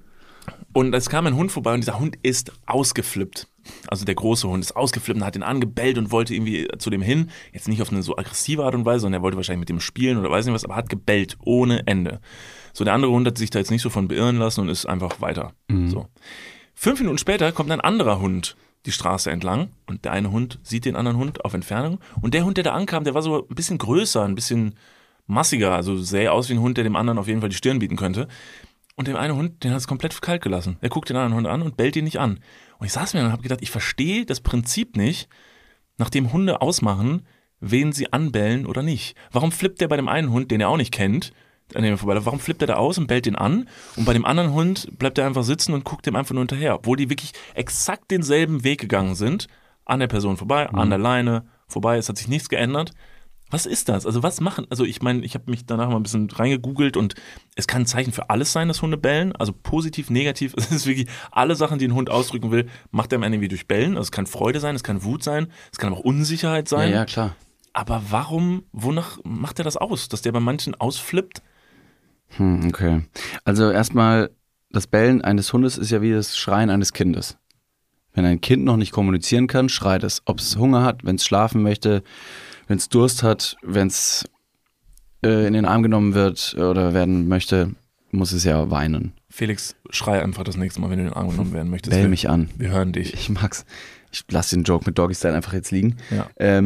Und es kam ein Hund vorbei und dieser Hund ist ausgeflippt. Also der große Hund ist ausgeflippt und hat ihn angebellt und wollte irgendwie zu dem hin. Jetzt nicht auf eine so aggressive Art und Weise, sondern er wollte wahrscheinlich mit dem spielen oder weiß nicht was, aber hat gebellt ohne Ende. So, der andere Hund hat sich da jetzt nicht so von beirren lassen und ist einfach weiter. So. 5 Minuten später kommt ein anderer Hund die Straße entlang und der eine Hund sieht den anderen Hund auf Entfernung und der Hund, der da ankam, der war so ein bisschen größer, ein bisschen massiger, also sähe aus wie ein Hund, der dem anderen auf jeden Fall die Stirn bieten könnte. Und dem einen Hund, den hat es komplett kalt gelassen. Er guckt den anderen Hund an und bellt ihn nicht an. Und ich saß mir und habe gedacht, ich verstehe das Prinzip nicht, nachdem Hunde ausmachen, wen sie anbellen oder nicht. Warum flippt der bei dem einen Hund, den er auch nicht kennt, an dem er vorbeiläuft, warum flippt er da aus und bellt ihn an? Und bei dem anderen Hund bleibt er einfach sitzen und guckt dem einfach nur hinterher, obwohl die wirklich exakt denselben Weg gegangen sind, an der Person vorbei, an der Leine vorbei, es hat sich nichts geändert. Was ist das? Also was machen? Also ich meine, ich habe mich danach mal ein bisschen reingegoogelt und es kann ein Zeichen für alles sein, dass Hunde bellen. Also positiv, negativ. Es ist wirklich alle Sachen, die ein Hund ausdrücken will, macht er am Ende irgendwie durch Bellen. Also es kann Freude sein, es kann Wut sein, es kann aber auch Unsicherheit sein. Ja, klar. Aber wonach macht er das aus? Dass der bei manchen ausflippt? Okay. Also erstmal, das Bellen eines Hundes ist ja wie das Schreien eines Kindes. Wenn ein Kind noch nicht kommunizieren kann, schreit es. Ob es Hunger hat, wenn es schlafen möchte, wenn es Durst hat, wenn es in den Arm genommen wird oder werden möchte, muss es ja weinen. Felix, schrei einfach das nächste Mal, wenn du in den Arm genommen werden möchtest. Bell mich an. Wir hören dich. Ich mag's. Ich lasse den Joke mit Doggy Style einfach jetzt liegen. Ja.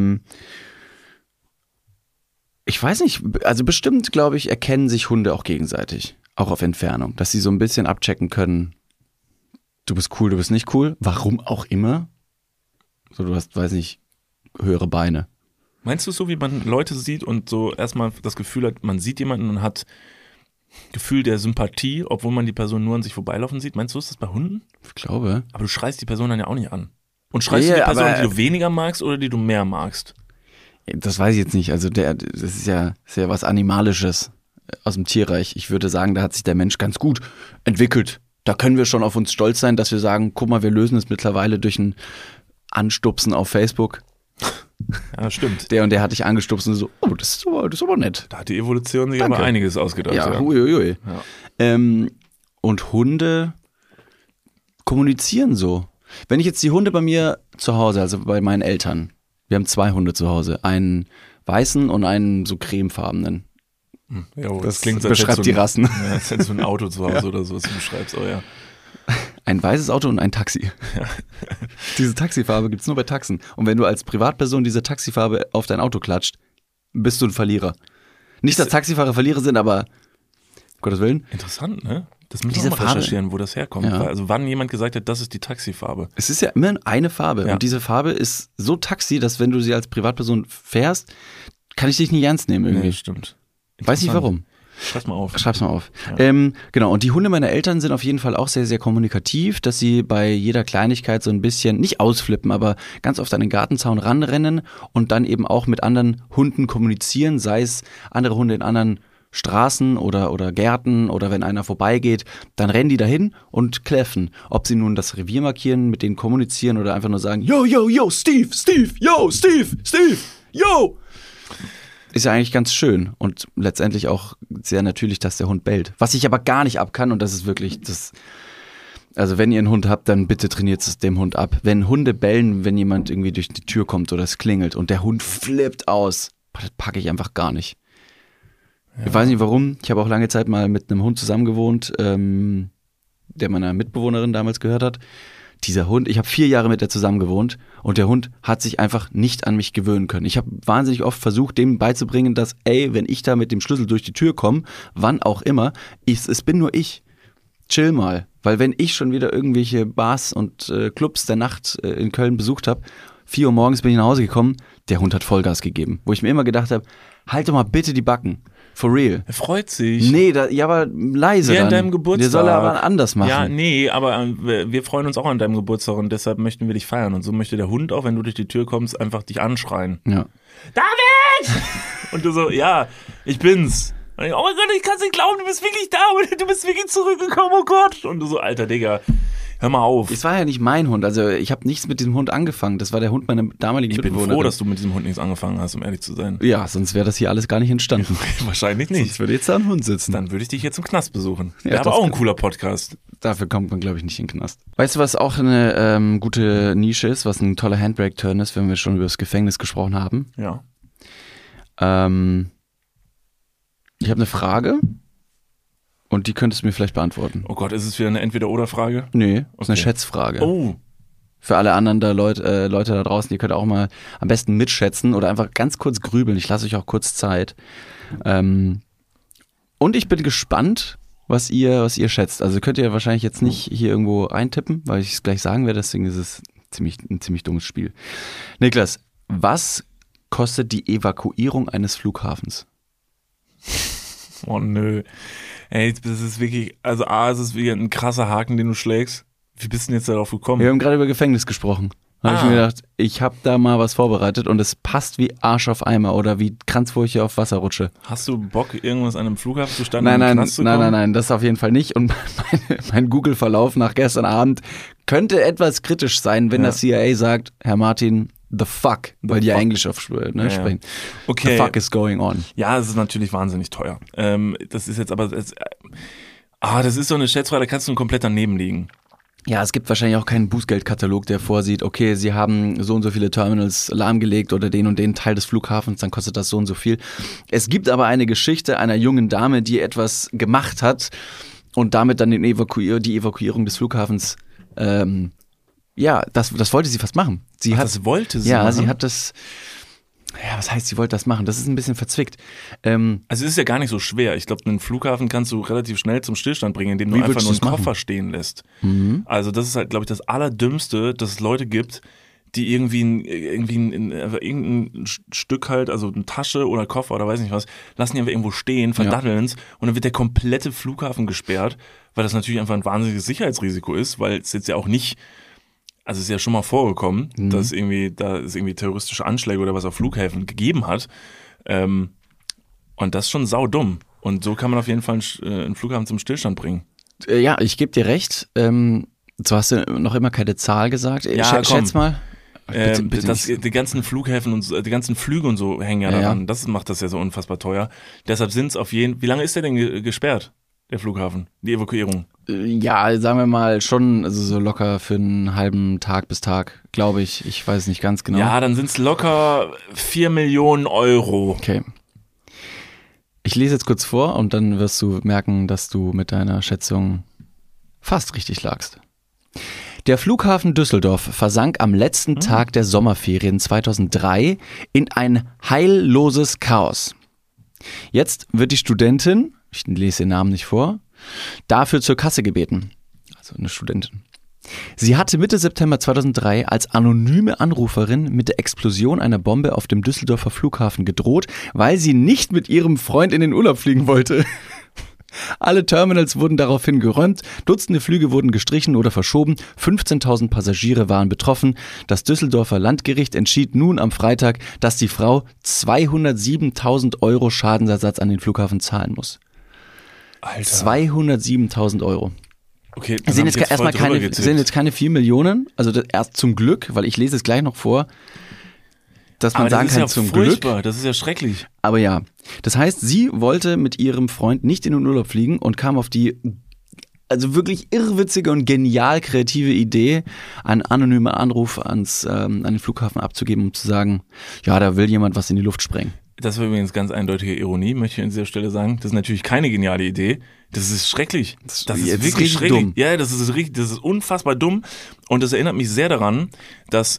Ich weiß nicht, also bestimmt, glaube ich, erkennen sich Hunde auch gegenseitig. Auch auf Entfernung. Dass sie so ein bisschen abchecken können, du bist cool, du bist nicht cool. Warum auch immer. So, du hast, weiß nicht, höhere Beine. Meinst du so, wie man Leute sieht und so erstmal das Gefühl hat, man sieht jemanden und hat Gefühl der Sympathie, obwohl man die Person nur an sich vorbeilaufen sieht? Meinst du, ist das bei Hunden? Ich glaube. Aber du schreist die Person dann ja auch nicht an. Und schreist Ja, du die Person, aber die du weniger magst oder die du mehr magst? Das weiß ich jetzt nicht. Also das ist ja was Animalisches aus dem Tierreich. Ich würde sagen, da hat sich der Mensch ganz gut entwickelt. Da können wir schon auf uns stolz sein, dass wir sagen, guck mal, wir lösen es mittlerweile durch ein Anstupsen auf Facebook. Ja, stimmt. Der und der hat dich angestupst und so, oh, das ist aber nett. Da hat die Evolution sich Danke. aber einiges ausgedacht. Ja, huiuiui. Ja. Und Hunde kommunizieren so. Wenn ich jetzt die Hunde bei mir zu Hause, also bei meinen Eltern, wir haben 2 Hunde zu Hause, einen weißen und einen so cremefarbenen. Ja, Das klingt so, beschreibt die Rassen. Ja, als hättest du ein Auto zu Hause oder so, was du beschreibst. Oh ja. Ein weißes Auto und ein Taxi. Ja. Diese Taxifarbe gibt's nur bei Taxen. Und wenn du als Privatperson diese Taxifarbe auf dein Auto klatscht, bist du ein Verlierer. Nicht, dass Taxifahrer Verlierer sind, aber um Gottes Willen. Interessant, ne? Das müssen Diese wir mal Farbe, recherchieren, wo das herkommt. Ja. Also wann jemand gesagt hat, das ist die Taxifarbe. Es ist ja immer eine Farbe. Ja. Und diese Farbe ist so Taxi, dass wenn du sie als Privatperson fährst, kann ich dich nicht ernst nehmen irgendwie. Nee, stimmt. Weiß nicht warum. Schreib's mal auf. Schreib's mal auf. Ja. Genau, und die Hunde meiner Eltern sind auf jeden Fall auch sehr, sehr kommunikativ, dass sie bei jeder Kleinigkeit so ein bisschen, nicht ausflippen, aber ganz oft an den Gartenzaun ranrennen und dann eben auch mit anderen Hunden kommunizieren, sei es andere Hunde in anderen Straßen oder Gärten oder wenn einer vorbeigeht, dann rennen die dahin und kläffen. Ob sie nun das Revier markieren, mit denen kommunizieren oder einfach nur sagen, yo, yo, yo, Steve, yo, Steve, yo. Ist ja eigentlich ganz schön und letztendlich auch sehr natürlich, dass der Hund bellt. Was ich aber gar nicht ab kann und das ist wirklich das. Also wenn ihr einen Hund habt, dann bitte trainiert es dem Hund ab. Wenn Hunde bellen, wenn jemand irgendwie durch die Tür kommt oder es klingelt und der Hund flippt aus, das packe ich einfach gar nicht. Ja. Ich weiß nicht warum. Ich habe auch lange Zeit mal mit einem Hund zusammen gewohnt, der meiner Mitbewohnerin damals gehört hat. Dieser Hund, ich habe 4 Jahre mit der zusammen gewohnt und der Hund hat sich einfach nicht an mich gewöhnen können. Ich habe wahnsinnig oft versucht, dem beizubringen, dass, wenn ich da mit dem Schlüssel durch die Tür komme, wann auch immer, es bin nur ich. Chill mal. Weil wenn ich schon wieder irgendwelche Bars und Clubs der Nacht in Köln besucht habe, 4 Uhr morgens bin ich nach Hause gekommen, der Hund hat Vollgas gegeben. Wo ich mir immer gedacht habe, halt doch mal bitte die Backen. For real. Er freut sich. Nee, aber leise wie dann. an deinem Geburtstag. Der soll er aber anders machen. Ja, nee, aber wir freuen uns auch an deinem Geburtstag und deshalb möchten wir dich feiern. Und so möchte der Hund auch, wenn du durch die Tür kommst, einfach dich anschreien. Ja. David! Und du so, ja, ich bin's. Und ich, oh mein Gott, ich kann's nicht glauben, du bist wirklich da und du bist wirklich zurückgekommen, oh Gott. Und du so, alter Digga, hör mal auf. Es war ja nicht mein Hund, also ich habe nichts mit diesem Hund angefangen. Das war der Hund meiner damaligen Mitbewohnerin. Ich bin froh, dass du mit diesem Hund nichts angefangen hast, um ehrlich zu sein. Ja, sonst wäre das hier alles gar nicht entstanden. Wahrscheinlich nicht. Sonst würde jetzt da ein Hund sitzen. Dann würde ich dich jetzt im Knast besuchen. Ja, Wäre aber auch ein cooler Podcast. Dafür kommt man, glaube ich, nicht in den Knast. Weißt du, was auch eine gute Nische ist, was ein toller Handbrake-Turn ist, wenn wir schon über das Gefängnis gesprochen haben? Ja. Ich habe eine Frage und die könntest du mir vielleicht beantworten. Oh Gott, ist es wieder eine Entweder-Oder-Frage? Nee, ist eine Okay. Schätzfrage. Oh. Für alle anderen da Leute da draußen, ihr könnt auch mal am besten mitschätzen oder einfach ganz kurz grübeln. Ich lasse euch auch kurz Zeit. Und ich bin gespannt, was ihr schätzt. Also könnt ihr wahrscheinlich jetzt nicht hier irgendwo eintippen, weil ich es gleich sagen werde, deswegen ist es ein ziemlich dummes Spiel. Niklas, was kostet die Evakuierung eines Flughafens? Oh nö. Ey, das ist wirklich, also A, es ist wieder ein krasser Haken, den du schlägst. Wie bist du denn jetzt darauf gekommen? Wir haben gerade über Gefängnis gesprochen. Da habe ich mir gedacht, ich habe da mal was vorbereitet und es passt wie Arsch auf Eimer oder wie Kranzfurche auf Wasserrutsche. Hast du Bock, irgendwas an einem Flughafen zu standen? in den Nein, Knast zu kommen? nein, das auf jeden Fall nicht. Und mein Google-Verlauf nach gestern Abend könnte etwas kritisch sein, wenn das CIA sagt, Herr Martin, the fuck, weil die ja Englisch sprechen. Ja. Okay. The fuck is going on. Ja, es ist natürlich wahnsinnig teuer. Das ist jetzt aber, das ist so eine Schätzfrage, da kannst du komplett daneben liegen. Ja, es gibt wahrscheinlich auch keinen Bußgeldkatalog, der vorsieht, okay, Sie haben so und so viele Terminals lahmgelegt oder den und den Teil des Flughafens, dann kostet das so und so viel. Es gibt aber eine Geschichte einer jungen Dame, die etwas gemacht hat und damit dann die Evakuierung des Flughafens, das wollte sie fast machen. Das wollte sie machen? machen? Sie hat das, was heißt, sie wollte das machen? Das ist ein bisschen verzwickt. Also es ist ja gar nicht so schwer. Ich glaube, einen Flughafen kannst du relativ schnell zum Stillstand bringen, indem du einfach nur einen Koffer stehen lässt. Mhm. Also das ist halt, glaube ich, das Allerdümmste, dass es Leute gibt, die irgendwie irgendein Stück halt, also eine Tasche oder Koffer oder weiß nicht was, lassen die einfach irgendwo stehen, verdaddeln es und dann wird der komplette Flughafen gesperrt, weil das natürlich einfach ein wahnsinniges Sicherheitsrisiko ist, weil es jetzt ja auch nicht, also es ist ja schon mal vorgekommen, dass es irgendwie terroristische Anschläge oder was auf Flughäfen gegeben hat. Und das ist schon saudumm. Und so kann man auf jeden Fall einen Flughafen zum Stillstand bringen. Ja, ich gebe dir recht. Zwar hast du noch immer keine Zahl gesagt. Ja, Schätz mal. Bitte Die ganzen Flughäfen und so, die ganzen Flüge und so hängen ja daran. Das macht das ja so unfassbar teuer. Deshalb sind es wie lange ist der denn gesperrt, der Flughafen, die Evakuierung? Ja, sagen wir mal schon, also so locker für einen halben Tag bis Tag, glaube ich. Ich weiß nicht ganz genau. Ja, dann sind es locker 4 Millionen Euro. Okay. Ich lese jetzt kurz vor und dann wirst du merken, dass du mit deiner Schätzung fast richtig lagst. Der Flughafen Düsseldorf versank am letzten Tag der Sommerferien 2003 in ein heilloses Chaos. Jetzt wird die Studentin, ich lese den Namen nicht vor, dafür zur Kasse gebeten. Also eine Studentin. Sie hatte Mitte September 2003 als anonyme Anruferin mit der Explosion einer Bombe auf dem Düsseldorfer Flughafen gedroht, weil sie nicht mit ihrem Freund in den Urlaub fliegen wollte. Alle Terminals wurden daraufhin geräumt, Dutzende Flüge wurden gestrichen oder verschoben, 15.000 Passagiere waren betroffen. Das Düsseldorfer Landgericht entschied nun am Freitag, dass die Frau 207.000 Euro Schadensersatz an den Flughafen zahlen muss. Alter. 207.000 Euro. Okay, Es sind jetzt keine 4 Millionen, also erst zum Glück, weil ich lese es gleich noch vor, dass man sagen kann, zum Glück. Das ist ja schrecklich. Aber ja, das heißt, sie wollte mit ihrem Freund nicht in den Urlaub fliegen und kam auf die also wirklich irrwitzige und genial kreative Idee, einen anonymen Anruf an den Flughafen abzugeben, um zu sagen, ja, da will jemand was in die Luft sprengen. Das war übrigens ganz eindeutige Ironie, möchte ich an dieser Stelle sagen. Das ist natürlich keine geniale Idee. Das ist schrecklich. Das ist wirklich schrecklich. Dumm. Ja, das ist unfassbar dumm. Und das erinnert mich sehr daran, dass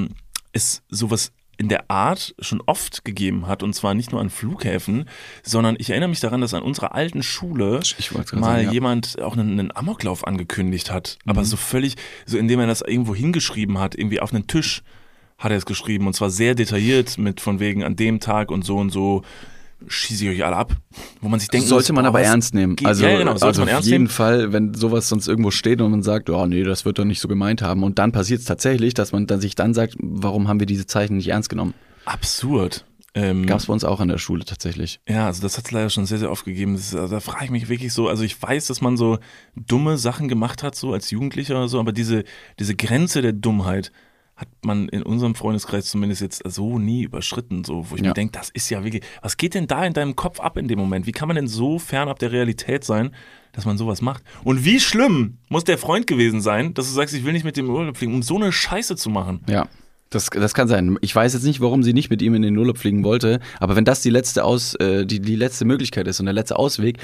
es sowas in der Art schon oft gegeben hat, und zwar nicht nur an Flughäfen, sondern ich erinnere mich daran, dass an unserer alten Schule jemand auch einen Amoklauf angekündigt hat, aber so völlig, so indem er das irgendwo hingeschrieben hat, irgendwie auf einen Tisch hat er es geschrieben, und zwar sehr detailliert mit von wegen an dem Tag und so schieße ich euch alle ab, wo man sich denkt, sollte man aber ernst nehmen. Also, ja, genau, sollte man ernst nehmen. Auf jeden Fall, wenn sowas sonst irgendwo steht und man sagt, oh nee, das wird doch nicht so gemeint haben, und dann passiert es tatsächlich, dass man dann sich dann sagt, warum haben wir diese Zeichen nicht ernst genommen? Absurd. Gab es bei uns auch an der Schule tatsächlich. Ja, also das hat es leider schon sehr, sehr oft gegeben. Da frage ich mich wirklich so, also ich weiß, dass man so dumme Sachen gemacht hat, so als Jugendlicher oder so, aber diese Grenze der Dummheit hat man in unserem Freundeskreis zumindest jetzt so nie überschritten, so, wo ich mir denke, das ist ja wirklich, was geht denn da in deinem Kopf ab in dem Moment? Wie kann man denn so fernab der Realität sein, dass man sowas macht? Und wie schlimm muss der Freund gewesen sein, dass du sagst, ich will nicht mit dem Urlaub fliegen, um so eine Scheiße zu machen? Ja. Das kann sein. Ich weiß jetzt nicht, warum sie nicht mit ihm in den Urlaub fliegen wollte, aber wenn das die letzte Möglichkeit ist und der letzte Ausweg,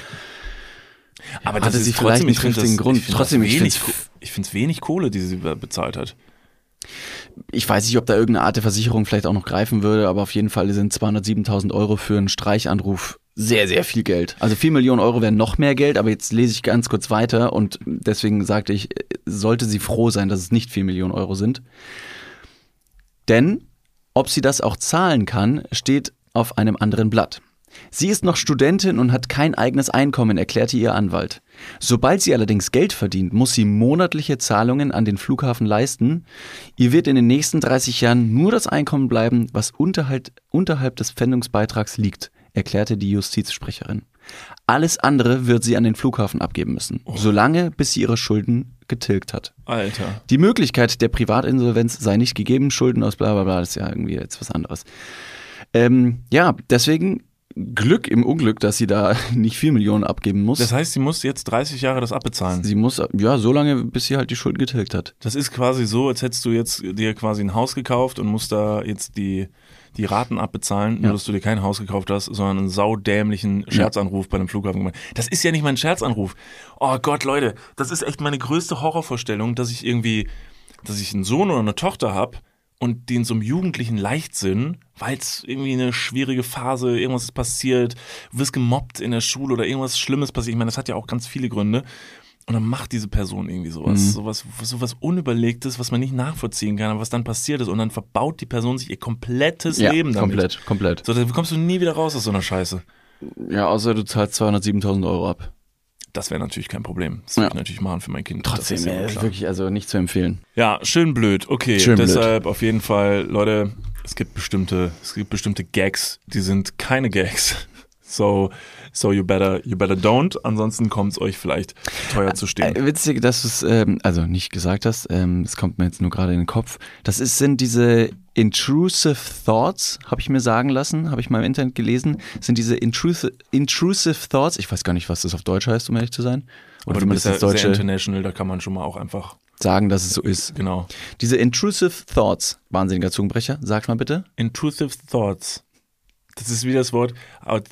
aber das hatte sie vielleicht einen triftigen Grund. Ich finde es wenig Kohle, die sie bezahlt hat. Ich weiß nicht, ob da irgendeine Art der Versicherung vielleicht auch noch greifen würde, aber auf jeden Fall sind 207.000 Euro für einen Streichanruf sehr, sehr viel Geld. Also 4 Millionen Euro wären noch mehr Geld, aber jetzt lese ich ganz kurz weiter und deswegen sagte ich, sollte sie froh sein, dass es nicht 4 Millionen Euro sind. Denn ob sie das auch zahlen kann, steht auf einem anderen Blatt. Sie ist noch Studentin und hat kein eigenes Einkommen, erklärte ihr Anwalt. Sobald sie allerdings Geld verdient, muss sie monatliche Zahlungen an den Flughafen leisten. Ihr wird in den nächsten 30 Jahren nur das Einkommen bleiben, was unterhalb des Pfändungsbeitrags liegt, erklärte die Justizsprecherin. Alles andere wird sie an den Flughafen abgeben müssen, solange bis sie ihre Schulden getilgt hat. Alter. Die Möglichkeit der Privatinsolvenz sei nicht gegeben, Schulden aus bla bla bla, das ist ja irgendwie jetzt was anderes. Ja, deswegen Glück im Unglück, dass sie da nicht 4 Millionen abgeben muss. Das heißt, sie muss jetzt 30 Jahre das abbezahlen? Sie muss, ja, so lange, bis sie halt die Schulden getilgt hat. Das ist quasi so, als hättest du jetzt dir quasi ein Haus gekauft und musst da jetzt die Raten abbezahlen, nur dass du dir kein Haus gekauft hast, sondern einen saudämlichen Scherzanruf bei einem Flughafen gemacht. Das ist ja nicht mein Scherzanruf. Oh Gott, Leute, das ist echt meine größte Horrorvorstellung, dass ich einen Sohn oder eine Tochter habe und die in so einem jugendlichen Leichtsinn, weil es irgendwie eine schwierige Phase, irgendwas ist passiert, du wirst gemobbt in der Schule oder irgendwas Schlimmes passiert. Ich meine, das hat ja auch ganz viele Gründe. Und dann macht diese Person irgendwie sowas Unüberlegtes, was man nicht nachvollziehen kann, aber was dann passiert ist. Und dann verbaut die Person sich ihr komplettes Leben damit. Komplett. So, dann kommst du nie wieder raus aus so einer Scheiße. Ja, außer du zahlst 207.000 Euro ab. Das wäre natürlich kein Problem. Das würde ich natürlich machen für mein Kind. Trotzdem, das ist wirklich also nicht zu empfehlen. Ja, schön blöd. Okay, deshalb auf jeden Fall, Leute, es gibt bestimmte Gags, die sind keine Gags. So you better don't, ansonsten kommt es euch vielleicht teuer zu stehen. Witzig, dass du es also nicht gesagt hast, es kommt mir jetzt nur gerade in den Kopf. Sind diese intrusive thoughts, habe ich mir sagen lassen, habe ich mal im Internet gelesen, sind diese intrusive thoughts, ich weiß gar nicht, was das auf Deutsch heißt, um ehrlich zu sein. Oder aber wie man das das ist ins ja sehr Deutsche international, da kann man schon mal auch einfach sagen, dass es so ist. Genau. Diese intrusive thoughts, wahnsinniger Zungenbrecher, sag mal bitte. Intrusive thoughts. Das ist wie das Wort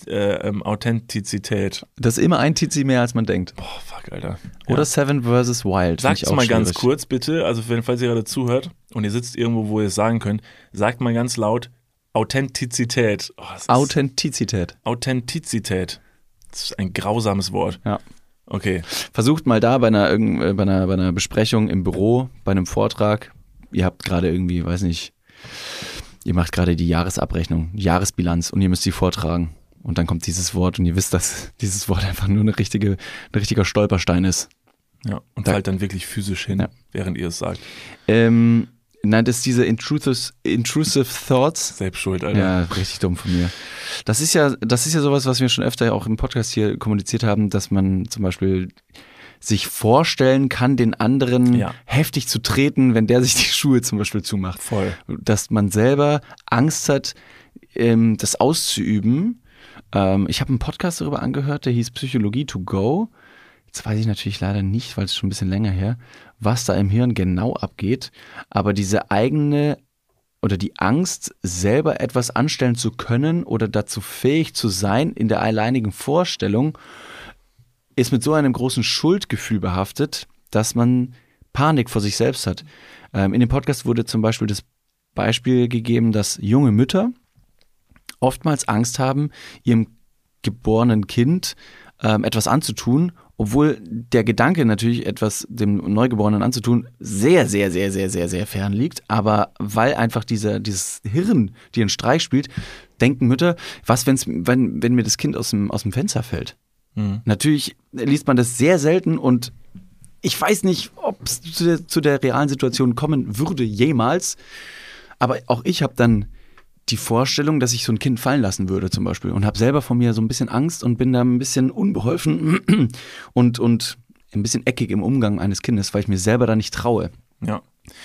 Authentizität. Das ist immer ein Tizi mehr, als man denkt. Boah, fuck, Alter. Oder Seven vs. Wild. Sagt's mal ganz kurz bitte, also falls ihr gerade zuhört und ihr sitzt irgendwo, wo ihr es sagen könnt, sagt mal ganz laut Authentizität. Authentizität. Authentizität. Das ist ein grausames Wort. Ja. Okay. Versucht mal da bei einer Besprechung im Büro, bei einem Vortrag, ihr habt gerade irgendwie, weiß nicht, ihr macht gerade die Jahresabrechnung, die Jahresbilanz und ihr müsst sie vortragen. Und dann kommt dieses Wort und ihr wisst, dass dieses Wort einfach nur ein richtiger Stolperstein ist. Ja, und fällt dann wirklich physisch hin, während ihr es sagt. Nein, das ist diese intrusive thoughts. Selbst schuld, Alter. Ja, richtig dumm von mir. Das ist ja sowas, was wir schon öfter auch im Podcast hier kommuniziert haben, dass man zum Beispiel sich vorstellen kann, den anderen heftig zu treten, wenn der sich die Schuhe zum Beispiel zumacht. Voll. Dass man selber Angst hat, das auszuüben. Ich habe einen Podcast darüber angehört, der hieß Psychologie to go. Jetzt weiß ich natürlich leider nicht, weil es schon ein bisschen länger her, was da im Hirn genau abgeht. Aber diese eigene oder die Angst, selber etwas anstellen zu können oder dazu fähig zu sein, in der alleinigen Vorstellung, ist mit so einem großen Schuldgefühl behaftet, dass man Panik vor sich selbst hat. In dem Podcast wurde zum Beispiel das Beispiel gegeben, dass junge Mütter oftmals Angst haben, ihrem geborenen Kind etwas anzutun, obwohl der Gedanke natürlich, etwas dem Neugeborenen anzutun, sehr, sehr, sehr, sehr, sehr, sehr fern liegt. Aber weil einfach dieses Hirn dir einen Streich spielt, denken Mütter, was, wenn mir das Kind aus dem Fenster fällt? Natürlich liest man das sehr selten und ich weiß nicht, ob es zu der realen Situation kommen würde jemals, aber auch ich habe dann die Vorstellung, dass ich so ein Kind fallen lassen würde zum Beispiel und habe selber von mir so ein bisschen Angst und bin da ein bisschen unbeholfen und ein bisschen eckig im Umgang eines Kindes, weil ich mir selber da nicht traue. Ja,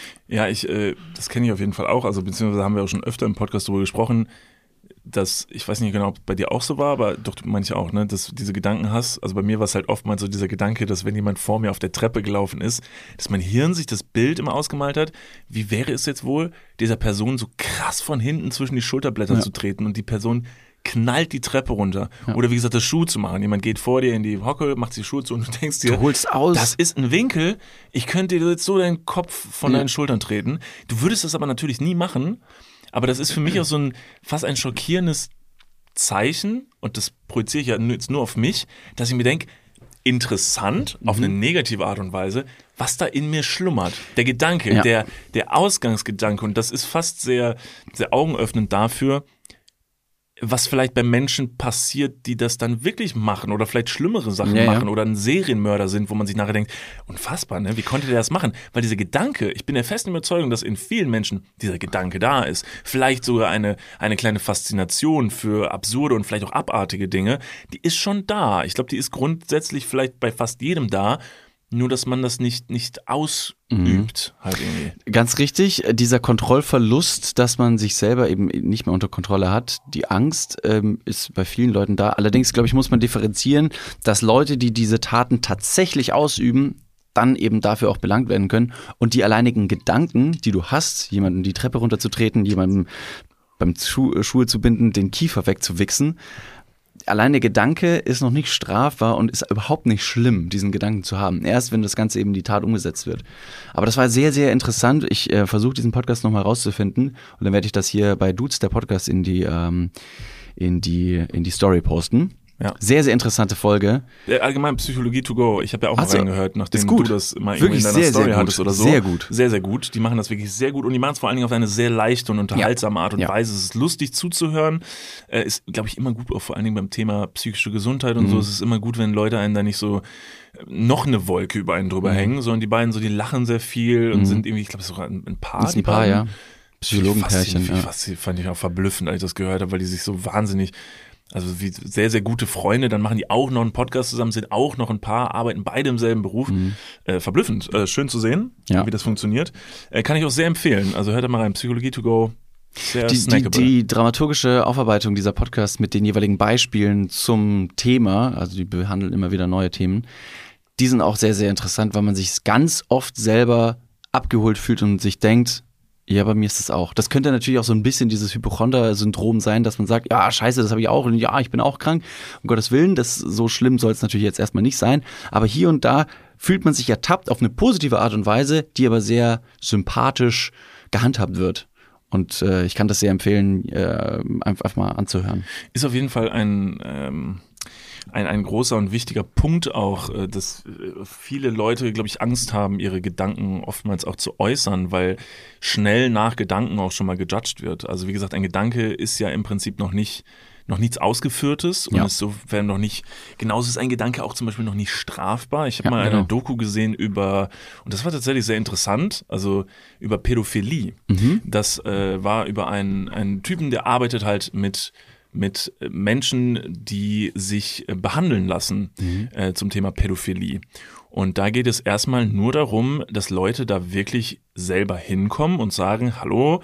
das kenne ich auf jeden Fall auch, also beziehungsweise haben wir auch schon öfter im Podcast darüber gesprochen, dass, ich weiß nicht genau, ob es bei dir auch so war, aber doch, du meinst ja auch, ne, dass du diese Gedanken hast. Also bei mir war es halt oftmals so dieser Gedanke, dass wenn jemand vor mir auf der Treppe gelaufen ist, dass mein Hirn sich das Bild immer ausgemalt hat, wie wäre es jetzt wohl, dieser Person so krass von hinten zwischen die Schulterblätter zu treten und die Person knallt die Treppe runter. Ja. Oder wie gesagt, das Schuh zu machen. Jemand geht vor dir in die Hocke, macht die Schuhe zu und du denkst dir, du holst aus. Das ist ein Winkel, ich könnte dir jetzt so deinen Kopf von deinen Schultern treten. Du würdest das aber natürlich nie machen. Aber das ist für mich auch so fast ein schockierendes Zeichen, und das projiziere ich ja jetzt nur auf mich, dass ich mir denke, interessant, auf eine negative Art und Weise, was da in mir schlummert. Der Gedanke, der Ausgangsgedanke, und das ist fast sehr, sehr augenöffnend dafür, was vielleicht bei Menschen passiert, die das dann wirklich machen oder vielleicht schlimmere Sachen machen oder ein Serienmörder sind, wo man sich nachher denkt, unfassbar, ne? Wie konnte der das machen? Weil dieser Gedanke, ich bin der festen Überzeugung, dass in vielen Menschen dieser Gedanke da ist. Vielleicht sogar eine kleine Faszination für absurde und vielleicht auch abartige Dinge, die ist schon da. Ich glaube, die ist grundsätzlich vielleicht bei fast jedem da. Nur, dass man das nicht ausübt, halt irgendwie. Ganz richtig, dieser Kontrollverlust, dass man sich selber eben nicht mehr unter Kontrolle hat, die Angst ist bei vielen Leuten da. Allerdings, glaube ich, muss man differenzieren, dass Leute, die diese Taten tatsächlich ausüben, dann eben dafür auch belangt werden können. Und die alleinigen Gedanken, die du hast, jemanden die Treppe runterzutreten, jemandem beim Schuhe zu binden, den Kiefer wegzuwichsen, allein der Gedanke ist noch nicht strafbar und ist überhaupt nicht schlimm, diesen Gedanken zu haben. Erst wenn das Ganze eben in die Tat umgesetzt wird. Aber das war sehr, sehr interessant. Ich versuche diesen Podcast nochmal rauszufinden und dann werde ich das hier bei Dudes, der Podcast, in die Story posten. Ja. Sehr, sehr interessante Folge. Allgemein Psychologie to go. Ich habe ja auch mal reingehört, nachdem du das mal irgendwie in deiner sehr, Story sehr hattest oder so. Sehr gut. Sehr, sehr gut. Die machen das wirklich sehr gut und die machen es vor allen Dingen auf eine sehr leichte und unterhaltsame Art und Weise. Es ist lustig zuzuhören. Ist, glaube ich, immer gut, auch vor allen Dingen beim Thema psychische Gesundheit und so. Es ist immer gut, wenn Leute einen da nicht so noch eine Wolke über einen drüber hängen, sondern die beiden so, die lachen sehr viel und sind irgendwie, ich glaube, sogar ein Paar. Das ist ein Paar, ja. Psychologenpärchen. Fand ich auch verblüffend, als ich das gehört habe, weil die sich so wahnsinnig Also wie sehr, sehr gute Freunde, dann machen die auch noch einen Podcast zusammen, sind auch noch ein Paar, arbeiten beide im selben Beruf. Verblüffend, schön zu sehen, wie das funktioniert. Kann ich auch sehr empfehlen. Also hört da mal rein, Psychologie to go. Sehr snackable. Die dramaturgische Aufarbeitung dieser Podcasts mit den jeweiligen Beispielen zum Thema, also die behandeln immer wieder neue Themen, die sind auch sehr, sehr interessant, weil man sich ganz oft selber abgeholt fühlt und sich denkt, ja, bei mir ist das auch. Das könnte natürlich auch so ein bisschen dieses Hypochonder-Syndrom sein, dass man sagt, ja, scheiße, das habe ich auch und ja, ich bin auch krank. Um Gottes Willen, so schlimm soll es natürlich jetzt erstmal nicht sein. Aber hier und da fühlt man sich ertappt auf eine positive Art und Weise, die aber sehr sympathisch gehandhabt wird. Und ich kann das sehr empfehlen, einfach mal anzuhören. Ist auf jeden Fall ein großer und wichtiger Punkt auch, dass viele Leute, glaube ich, Angst haben, ihre Gedanken oftmals auch zu äußern, weil schnell nach Gedanken auch schon mal gejudged wird. Also wie gesagt, ein Gedanke ist ja im Prinzip noch nichts Ausgeführtes und ist sofern noch nicht, genauso ist ein Gedanke auch zum Beispiel noch nicht strafbar. Ich habe mal eine Doku gesehen und das war tatsächlich sehr interessant, also über Pädophilie. Das war über einen Typen, der arbeitet halt mit Menschen, die sich behandeln lassen zum Thema Pädophilie. Und da geht es erstmal nur darum, dass Leute da wirklich selber hinkommen und sagen, hallo,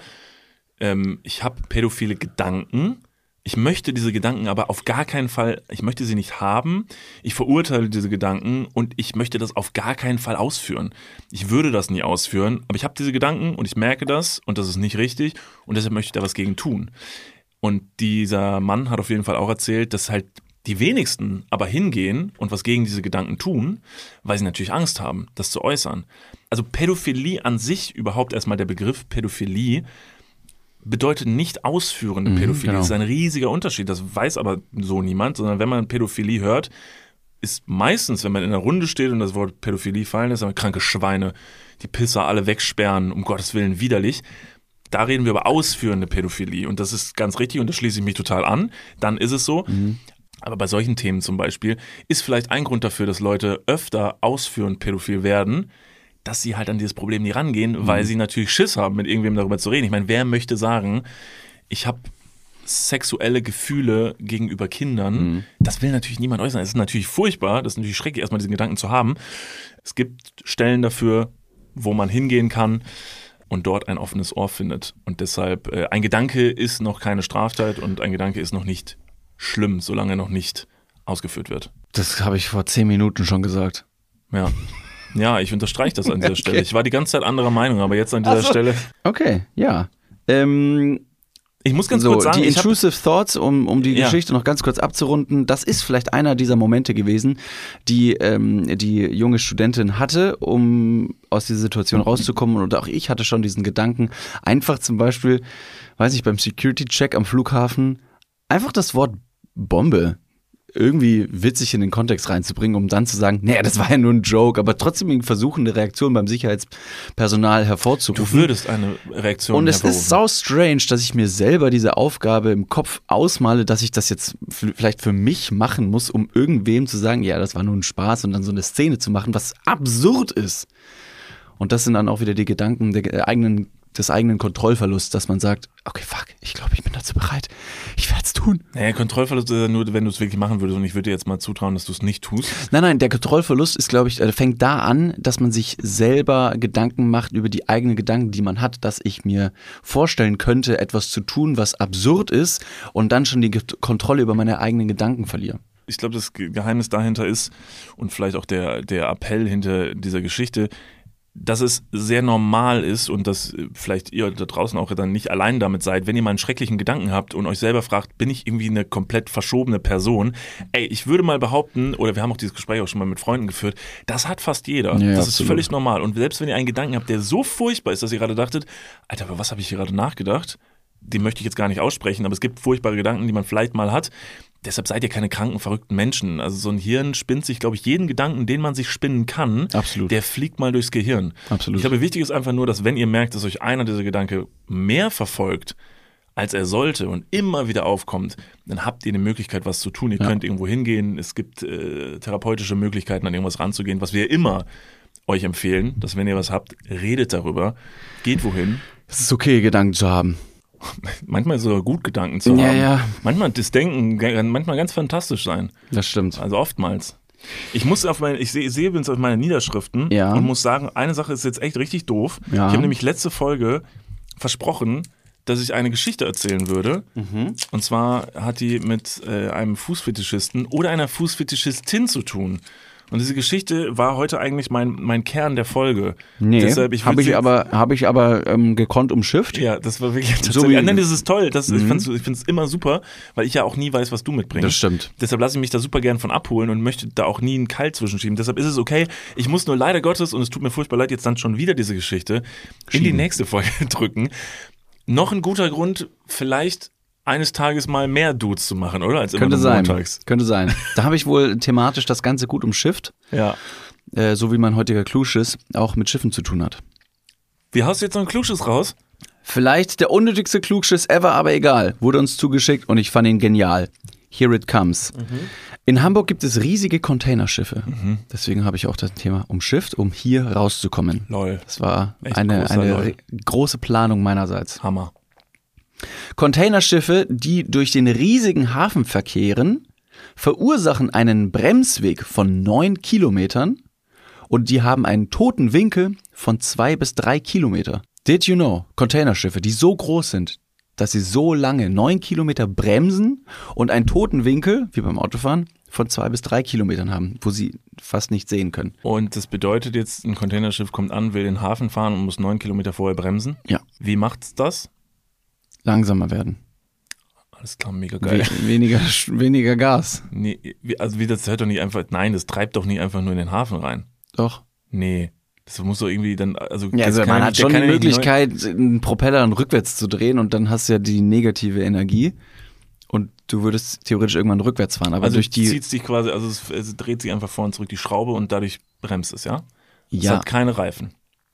ich habe pädophile Gedanken, ich möchte diese Gedanken aber auf gar keinen Fall, ich möchte sie nicht haben, ich verurteile diese Gedanken und ich möchte das auf gar keinen Fall ausführen. Ich würde das nie ausführen, aber ich habe diese Gedanken und ich merke das und das ist nicht richtig und deshalb möchte ich da was gegen tun. Und dieser Mann hat auf jeden Fall auch erzählt, dass halt die wenigsten aber hingehen und was gegen diese Gedanken tun, weil sie natürlich Angst haben, das zu äußern. Also Pädophilie an sich, überhaupt erstmal der Begriff Pädophilie, bedeutet nicht ausführende Pädophilie. Genau. Das ist ein riesiger Unterschied, das weiß aber so niemand, sondern wenn man Pädophilie hört, ist meistens, wenn man in einer Runde steht und das Wort Pädophilie fallen lässt, kranke Schweine, die Pisser alle wegsperren, um Gottes Willen widerlich. Da reden wir über ausführende Pädophilie und das ist ganz richtig und da schließe ich mich total an. Dann ist es so. Aber bei solchen Themen zum Beispiel ist vielleicht ein Grund dafür, dass Leute öfter ausführend pädophil werden, dass sie halt an dieses Problem nie rangehen, weil sie natürlich Schiss haben, mit irgendwem darüber zu reden. Ich meine, wer möchte sagen, ich habe sexuelle Gefühle gegenüber Kindern? Das will natürlich niemand äußern. Es ist natürlich furchtbar, das ist natürlich schrecklich, erstmal diesen Gedanken zu haben. Es gibt Stellen dafür, wo man hingehen kann und dort ein offenes Ohr findet. Und deshalb, ein Gedanke ist noch keine Straftat und ein Gedanke ist noch nicht schlimm, solange er noch nicht ausgeführt wird. Das habe ich vor 10 Minuten schon gesagt. Ja, ich unterstreiche das an dieser Stelle. Ich war die ganze Zeit anderer Meinung, aber jetzt an dieser Stelle. Okay, ja. Ich muss ganz kurz sagen, die Intrusive Thoughts, um die Geschichte noch ganz kurz abzurunden, das ist vielleicht einer dieser Momente gewesen, die die junge Studentin hatte, um aus dieser Situation rauszukommen. Und auch ich hatte schon diesen Gedanken, einfach zum Beispiel, weiß ich, beim Security-Check am Flughafen, einfach das Wort Bombe irgendwie witzig in den Kontext reinzubringen, um dann zu sagen, naja, das war ja nur ein Joke, aber trotzdem versuchen, eine Reaktion beim Sicherheitspersonal hervorzurufen. Du würdest eine Reaktion Und es hervorrufen. ist so strange, dass ich mir selber diese Aufgabe im Kopf ausmale, dass ich das jetzt vielleicht für mich machen muss, um irgendwem zu sagen, ja, das war nur ein Spaß und dann so eine Szene zu machen, was absurd ist. Und das sind dann auch wieder die Gedanken des eigenen Kontrollverlusts, dass man sagt, okay, fuck, ich glaube, ich bin dazu bereit. Ich werde es tun. Naja, Kontrollverlust ist ja nur, wenn du es wirklich machen würdest und ich würde dir jetzt mal zutrauen, dass du es nicht tust. Nein, der Kontrollverlust ist, glaube ich, fängt da an, dass man sich selber Gedanken macht über die eigenen Gedanken, die man hat, dass ich mir vorstellen könnte, etwas zu tun, was absurd ist und dann schon die Kontrolle über meine eigenen Gedanken verliere. Ich glaube, das Geheimnis dahinter ist und vielleicht auch der Appell hinter dieser Geschichte, dass es sehr normal ist und dass vielleicht ihr da draußen auch dann nicht allein damit seid, wenn ihr mal einen schrecklichen Gedanken habt und euch selber fragt, bin ich irgendwie eine komplett verschobene Person? Ey, ich würde mal behaupten, oder wir haben auch dieses Gespräch auch schon mal mit Freunden geführt, das hat fast jeder. Ja, das absolut. ist völlig normal. Und selbst wenn ihr einen Gedanken habt, der so furchtbar ist, dass ihr gerade dachtet, Alter, aber was habe ich hier gerade nachgedacht? Den möchte ich jetzt gar nicht aussprechen, aber es gibt furchtbare Gedanken, die man vielleicht mal hat. Deshalb seid ihr keine kranken, verrückten Menschen. Also so ein Hirn spinnt sich, glaube ich, jeden Gedanken, den man sich spinnen kann, Absolut. der fliegt mal durchs Gehirn. Absolut. Ich glaube, wichtig ist einfach nur, dass wenn ihr merkt, dass euch einer dieser Gedanken mehr verfolgt, als er sollte und immer wieder aufkommt, dann habt ihr eine Möglichkeit, was zu tun. Ihr könnt irgendwo hingehen. Es gibt therapeutische Möglichkeiten, an irgendwas ranzugehen, was wir immer euch empfehlen, dass wenn ihr was habt, redet darüber, geht wohin. Es ist okay, Gedanken zu haben. Manchmal ist es sogar gut, Gedanken zu haben. Ja. Manchmal das Denken kann manchmal ganz fantastisch sein. Das stimmt. Also oftmals. Ich sehe übrigens auf meine Niederschriften und muss sagen, eine Sache ist jetzt echt richtig doof. Ja. Ich habe nämlich letzte Folge versprochen, dass ich eine Geschichte erzählen würde. Und zwar hat die mit einem Fußfetischisten oder einer Fußfetischistin zu tun. Und diese Geschichte war heute eigentlich mein Kern der Folge. Nee, deshalb, habe ich aber gekonnt umschifft. Ja, das war wirklich tatsächlich. Nein, das ist toll. Ich finde es immer super, weil ich ja auch nie weiß, was du mitbringst. Das stimmt. Deshalb lasse ich mich da super gern von abholen und möchte da auch nie einen Keil zwischenschieben. Deshalb ist es okay. Ich muss nur leider Gottes, und es tut mir furchtbar leid, jetzt dann schon wieder diese Geschichte in die nächste Folge drücken. Noch ein guter Grund, vielleicht eines Tages mal mehr Dudes zu machen, oder? Als immer Könnte sein. montags. Könnte sein. Da habe ich wohl thematisch das Ganze gut umschifft. Ja. So wie mein heutiger Klugschiss auch mit Schiffen zu tun hat. Wie haust du jetzt noch einen Klugschiss raus? Vielleicht der unnötigste Klugschiss ever, aber egal. Wurde uns zugeschickt und ich fand ihn genial. Here it comes. In Hamburg gibt es riesige Containerschiffe. Deswegen habe ich auch das Thema umschifft, um hier rauszukommen. Lol. Das war Echt eine großer große Planung meinerseits. Hammer. Containerschiffe, die durch den riesigen Hafen verkehren, verursachen einen Bremsweg von 9 Kilometern und die haben einen toten Winkel von 2 bis 3 Kilometer. Did you know? Containerschiffe, die so groß sind, dass sie so lange 9 Kilometer bremsen und einen toten Winkel, wie beim Autofahren, von 2 bis 3 Kilometern haben, wo sie fast nicht sehen können. Und das bedeutet jetzt, ein Containerschiff kommt an, will in den Hafen fahren und muss 9 Kilometer vorher bremsen? Ja. Wie macht's das? Langsamer werden. Alles klar, mega geil. Weniger Gas. Nee, das hört doch nicht einfach, nein, das treibt doch nicht einfach nur in den Hafen rein. Doch. Nee, das muss doch irgendwie dann, man hat schon die Möglichkeit, einen Propeller dann rückwärts zu drehen und dann hast du ja die negative Energie und du würdest theoretisch irgendwann rückwärts fahren. Aber also durch die zieht sich quasi, also es dreht sich einfach vor und zurück die Schraube und dadurch bremst es, ja? Es Ja. hat keine Reifen.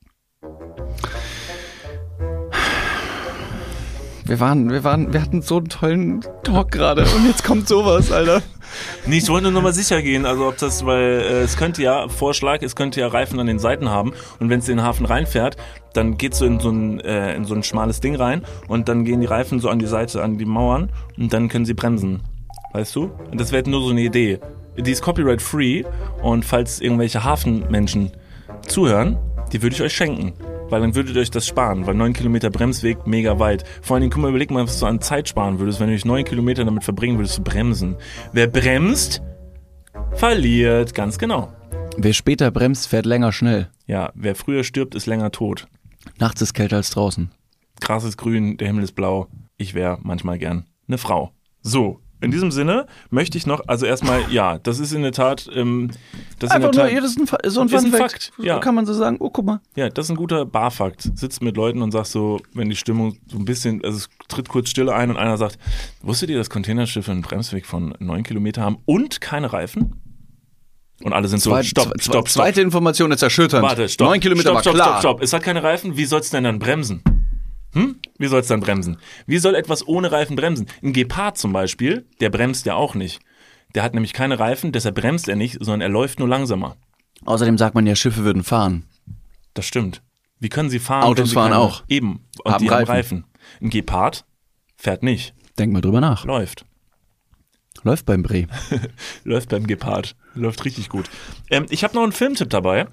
Wir hatten so einen tollen Talk gerade und jetzt kommt sowas, Alter. Nee, ich wollte nur nochmal sicher gehen, also ob das, weil es könnte ja Reifen an den Seiten haben und wenn es in den Hafen reinfährt, dann geht's so in so ein schmales Ding rein und dann gehen die Reifen so an die Seite, an die Mauern und dann können sie bremsen. Weißt du? Und das wäre nur so eine Idee. Die ist copyright-free und falls irgendwelche Hafenmenschen zuhören, die würde ich euch schenken. Weil dann würdet ihr euch das sparen, weil 9 Kilometer Bremsweg mega weit. Vor allen Dingen, guck mal, überleg mal, was du an Zeit sparen würdest, wenn du dich 9 Kilometer damit verbringen würdest zu bremsen. Wer bremst, verliert, ganz genau. Wer später bremst, fährt länger schnell. Ja, wer früher stirbt, ist länger tot. Nachts ist kälter als draußen. Gras ist grün, der Himmel ist blau. Ich wäre manchmal gern eine Frau. So, in diesem Sinne möchte ich noch, also erstmal, ja, das ist in der Tat, das ist so ein Fakt. Ja. Kann man so sagen, oh, guck mal. Ja, das ist ein guter Barfakt. Sitzt mit Leuten und sagst so, wenn die Stimmung so ein bisschen, also es tritt kurz Stille ein und einer sagt, wusstet ihr, dass Containerschiffe einen Bremsweg von 9 Kilometer haben und keine Reifen? Und alle sind so, stopp. Zweite Information ist erschütternd. Warte, stopp. 9 Kilometer war klar. Stopp. Es hat keine Reifen, wie soll es denn dann bremsen? Wie soll es dann bremsen? Wie soll etwas ohne Reifen bremsen? Ein Gepard zum Beispiel, der bremst ja auch nicht. Der hat nämlich keine Reifen, deshalb bremst er nicht, sondern er läuft nur langsamer. Außerdem sagt man ja, Schiffe würden fahren. Das stimmt. Wie können sie fahren? Autos fahren auch. Eben. Und die haben Reifen. Ein Gepard fährt nicht. Denk mal drüber nach. Läuft. Läuft beim Bre. Läuft beim Gepard. Läuft richtig gut. Ich habe noch einen Filmtipp dabei.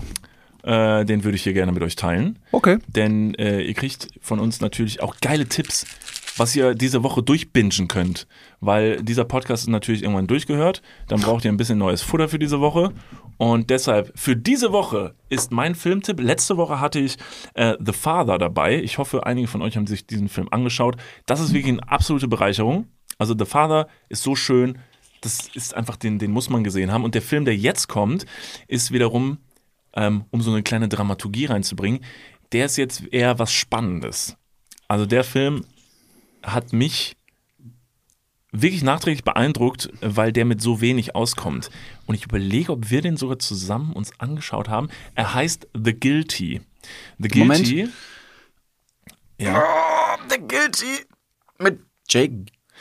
Den würde ich hier gerne mit euch teilen. Okay. Denn ihr kriegt von uns natürlich auch geile Tipps, was ihr diese Woche durchbingen könnt. Weil dieser Podcast ist natürlich irgendwann durchgehört. Dann braucht ihr ein bisschen neues Futter für diese Woche. Und deshalb, für diese Woche ist mein Filmtipp. Letzte Woche hatte ich The Father dabei. Ich hoffe, einige von euch haben sich diesen Film angeschaut. Das ist wirklich eine absolute Bereicherung. Also The Father ist so schön. Das ist einfach, den muss man gesehen haben. Und der Film, der jetzt kommt, ist wiederum, um so eine kleine Dramaturgie reinzubringen, der ist jetzt eher was Spannendes. Also der Film hat mich wirklich nachträglich beeindruckt, weil der mit so wenig auskommt. Und ich überlege, ob wir den sogar zusammen uns angeschaut haben. Er heißt The Guilty. The Guilty. Moment. Ja. Oh, The Guilty. Mit Jake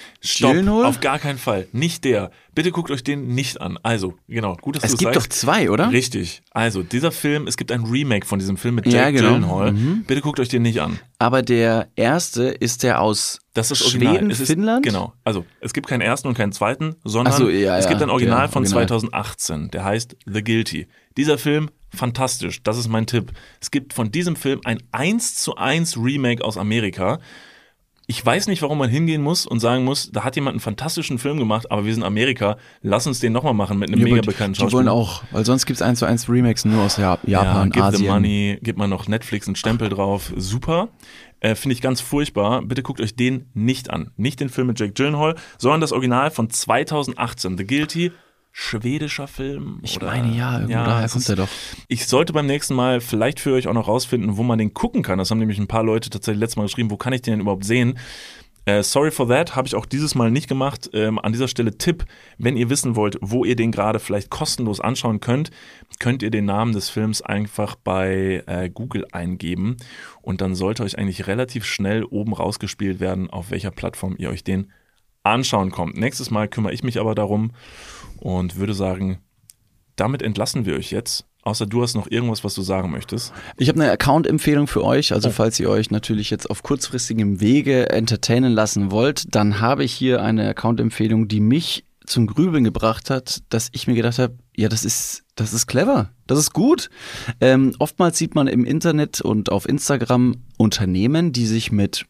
Stopp, Gyllenhaal? auf gar keinen Fall. Nicht der. Bitte guckt euch den nicht an. Also, genau, gut, dass du Es es gibt sagst. doch 2, oder? Richtig. Also, dieser Film, es gibt ein Remake von diesem Film mit Ja, Jake genau. Gyllenhaal. Bitte guckt euch den nicht an. Aber der erste ist der aus Das ist das Original. Schweden, Es ist, Finnland? Genau. Also, es gibt keinen ersten und keinen zweiten, sondern Ach so, ja, es ja, gibt ein Original der von Original. 2018. Der heißt The Guilty. Dieser Film, fantastisch. Das ist mein Tipp. Es gibt von diesem Film ein 1:1 Remake aus Amerika. Ich weiß nicht, warum man hingehen muss und sagen muss, da hat jemand einen fantastischen Film gemacht, aber wir sind Amerika, lass uns den nochmal machen mit einem mega bekannten Die Schauspieler. wollen auch, weil sonst gibt es 1:1 Remakes nur aus Japan, Give Asien. the money, gibt man noch Netflix einen Stempel drauf. Super. Finde ich ganz furchtbar. Bitte guckt euch den nicht an. Nicht den Film mit Jake Gyllenhaal, sondern das Original von 2018. The Guilty, schwedischer Film. Ich meine, ja, irgendwo daher es kommt ist- er doch. Ich sollte beim nächsten Mal vielleicht für euch auch noch rausfinden, wo man den gucken kann. Das haben nämlich ein paar Leute tatsächlich letztes Mal geschrieben. Wo kann ich den denn überhaupt sehen? Sorry for that, habe ich auch dieses Mal nicht gemacht. An dieser Stelle Tipp, wenn ihr wissen wollt, wo ihr den gerade vielleicht kostenlos anschauen könnt, könnt ihr den Namen des Films einfach bei Google eingeben und dann sollte euch eigentlich relativ schnell oben rausgespielt werden, auf welcher Plattform ihr euch den anschauen kommt. Nächstes Mal kümmere ich mich aber darum und würde sagen, damit entlassen wir euch jetzt. Außer du hast noch irgendwas, was du sagen möchtest. Ich habe eine Account-Empfehlung für euch. Also falls ihr euch natürlich jetzt auf kurzfristigem Wege entertainen lassen wollt, dann habe ich hier eine Account-Empfehlung, die mich zum Grübeln gebracht hat, dass ich mir gedacht habe, ja, das ist clever, das ist gut. Oftmals sieht man im Internet und auf Instagram Unternehmen, die sich mit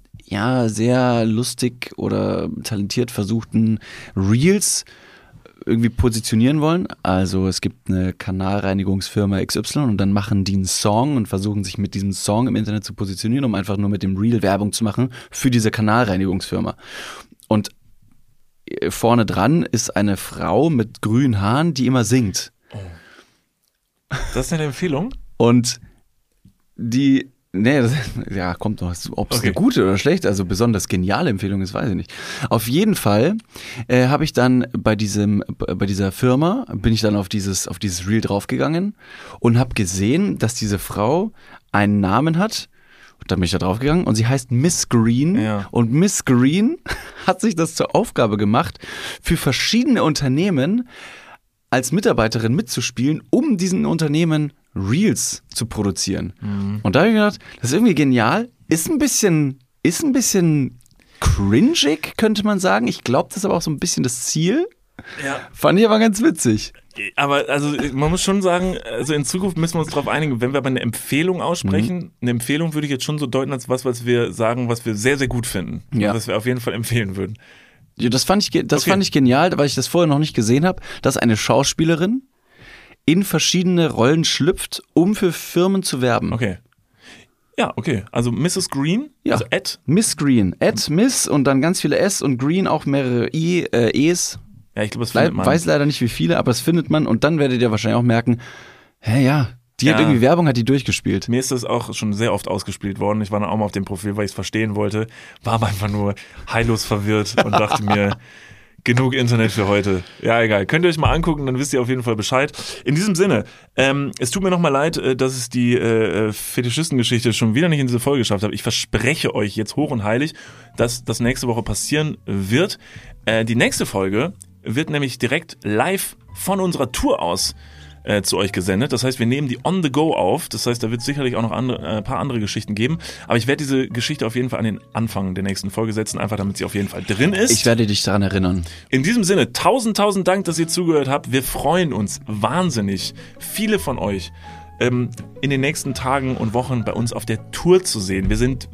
sehr lustig oder talentiert versuchten Reels irgendwie positionieren wollen. Also es gibt eine Kanalreinigungsfirma XY und dann machen die einen Song und versuchen sich mit diesem Song im Internet zu positionieren, um einfach nur mit dem Reel Werbung zu machen für diese Kanalreinigungsfirma. Und vorne dran ist eine Frau mit grünen Haaren, die immer singt. Das ist eine Empfehlung? Und kommt noch. Ob es eine gute oder schlechte, also besonders geniale Empfehlung ist, weiß ich nicht. Auf jeden Fall habe ich dann bei dieser Firma, bin ich dann auf dieses Reel draufgegangen und habe gesehen, dass diese Frau einen Namen hat. Und dann bin ich da draufgegangen und sie heißt Miss Green. Ja. Und Miss Green hat sich das zur Aufgabe gemacht, für verschiedene Unternehmen als Mitarbeiterin mitzuspielen, um diesen Unternehmen Reels zu produzieren. Und da habe ich gedacht, das ist irgendwie genial, ist ein bisschen cringig, könnte man sagen. Ich glaube, das ist aber auch so ein bisschen das Ziel. Ja. Fand ich aber ganz witzig. Aber also man muss schon sagen, also in Zukunft müssen wir uns darauf einigen, wenn wir aber eine Empfehlung aussprechen, eine Empfehlung würde ich jetzt schon so deuten als was wir sagen, was wir sehr, sehr gut finden. Ja. Und was wir auf jeden Fall empfehlen würden. Ja, das fand ich genial, weil ich das vorher noch nicht gesehen habe, dass eine Schauspielerin in verschiedene Rollen schlüpft, um für Firmen zu werben. Okay. Ja, okay. Also Mrs. Green, Ja. also Miss Green. Miss und dann ganz viele S und Green auch mehrere E's. Ja, ich glaube, das findet man. Weiß leider nicht wie viele, aber das findet man und dann werdet ihr wahrscheinlich auch merken, die hat irgendwie Werbung, hat die durchgespielt. Mir ist das auch schon sehr oft ausgespielt worden. Ich war dann auch mal auf dem Profil, weil ich es verstehen wollte, war aber einfach nur heillos verwirrt und dachte mir, genug Internet für heute. Ja, egal. Könnt ihr euch mal angucken, dann wisst ihr auf jeden Fall Bescheid. In diesem Sinne, es tut mir nochmal leid, dass es die Fetischisten-Geschichte schon wieder nicht in diese Folge geschafft habe. Ich verspreche euch jetzt hoch und heilig, dass das nächste Woche passieren wird. Die nächste Folge wird nämlich direkt live von unserer Tour aus zu euch gesendet. Das heißt, wir nehmen die on the go auf. Das heißt, da wird es sicherlich auch noch ein paar andere Geschichten geben. Aber ich werde diese Geschichte auf jeden Fall an den Anfang der nächsten Folge setzen, einfach damit sie auf jeden Fall drin ist. Ich werde dich daran erinnern. In diesem Sinne, tausend Dank, dass ihr zugehört habt. Wir freuen uns wahnsinnig, viele von euch in den nächsten Tagen und Wochen bei uns auf der Tour zu sehen.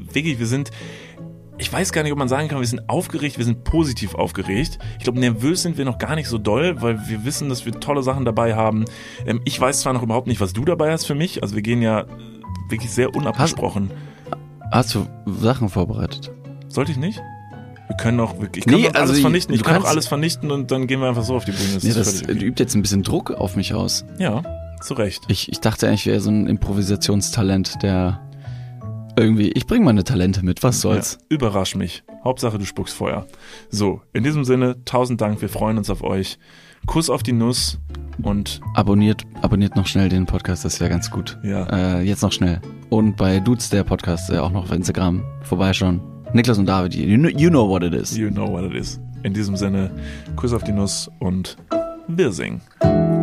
Ich weiß gar nicht, ob man sagen kann, wir sind aufgeregt, wir sind positiv aufgeregt. Ich glaube, nervös sind wir noch gar nicht so doll, weil wir wissen, dass wir tolle Sachen dabei haben. Ich weiß zwar noch überhaupt nicht, was du dabei hast für mich. Also wir gehen ja wirklich sehr unabgesprochen. Hast du Sachen vorbereitet? Sollte ich nicht? Ich kann doch alles vernichten. Ich kann doch alles vernichten und dann gehen wir einfach so auf die Bühne. Das übt jetzt ein bisschen Druck auf mich aus. Ja, zu Recht. Ich dachte eigentlich, ich wäre so ein Improvisationstalent, der irgendwie, ich bringe meine Talente mit, was soll's. Ja, überrasch mich. Hauptsache, du spuckst Feuer. So, in diesem Sinne, 1000 Dank, wir freuen uns auf euch. Kuss auf die Nuss und abonniert noch schnell den Podcast, das wäre ganz gut. Ja. Jetzt noch schnell. Und bei Dudes, der Podcast, auch noch auf Instagram vorbeischauen. Niklas und David, you know what it is. You know what it is. In diesem Sinne, Kuss auf die Nuss und wir singen.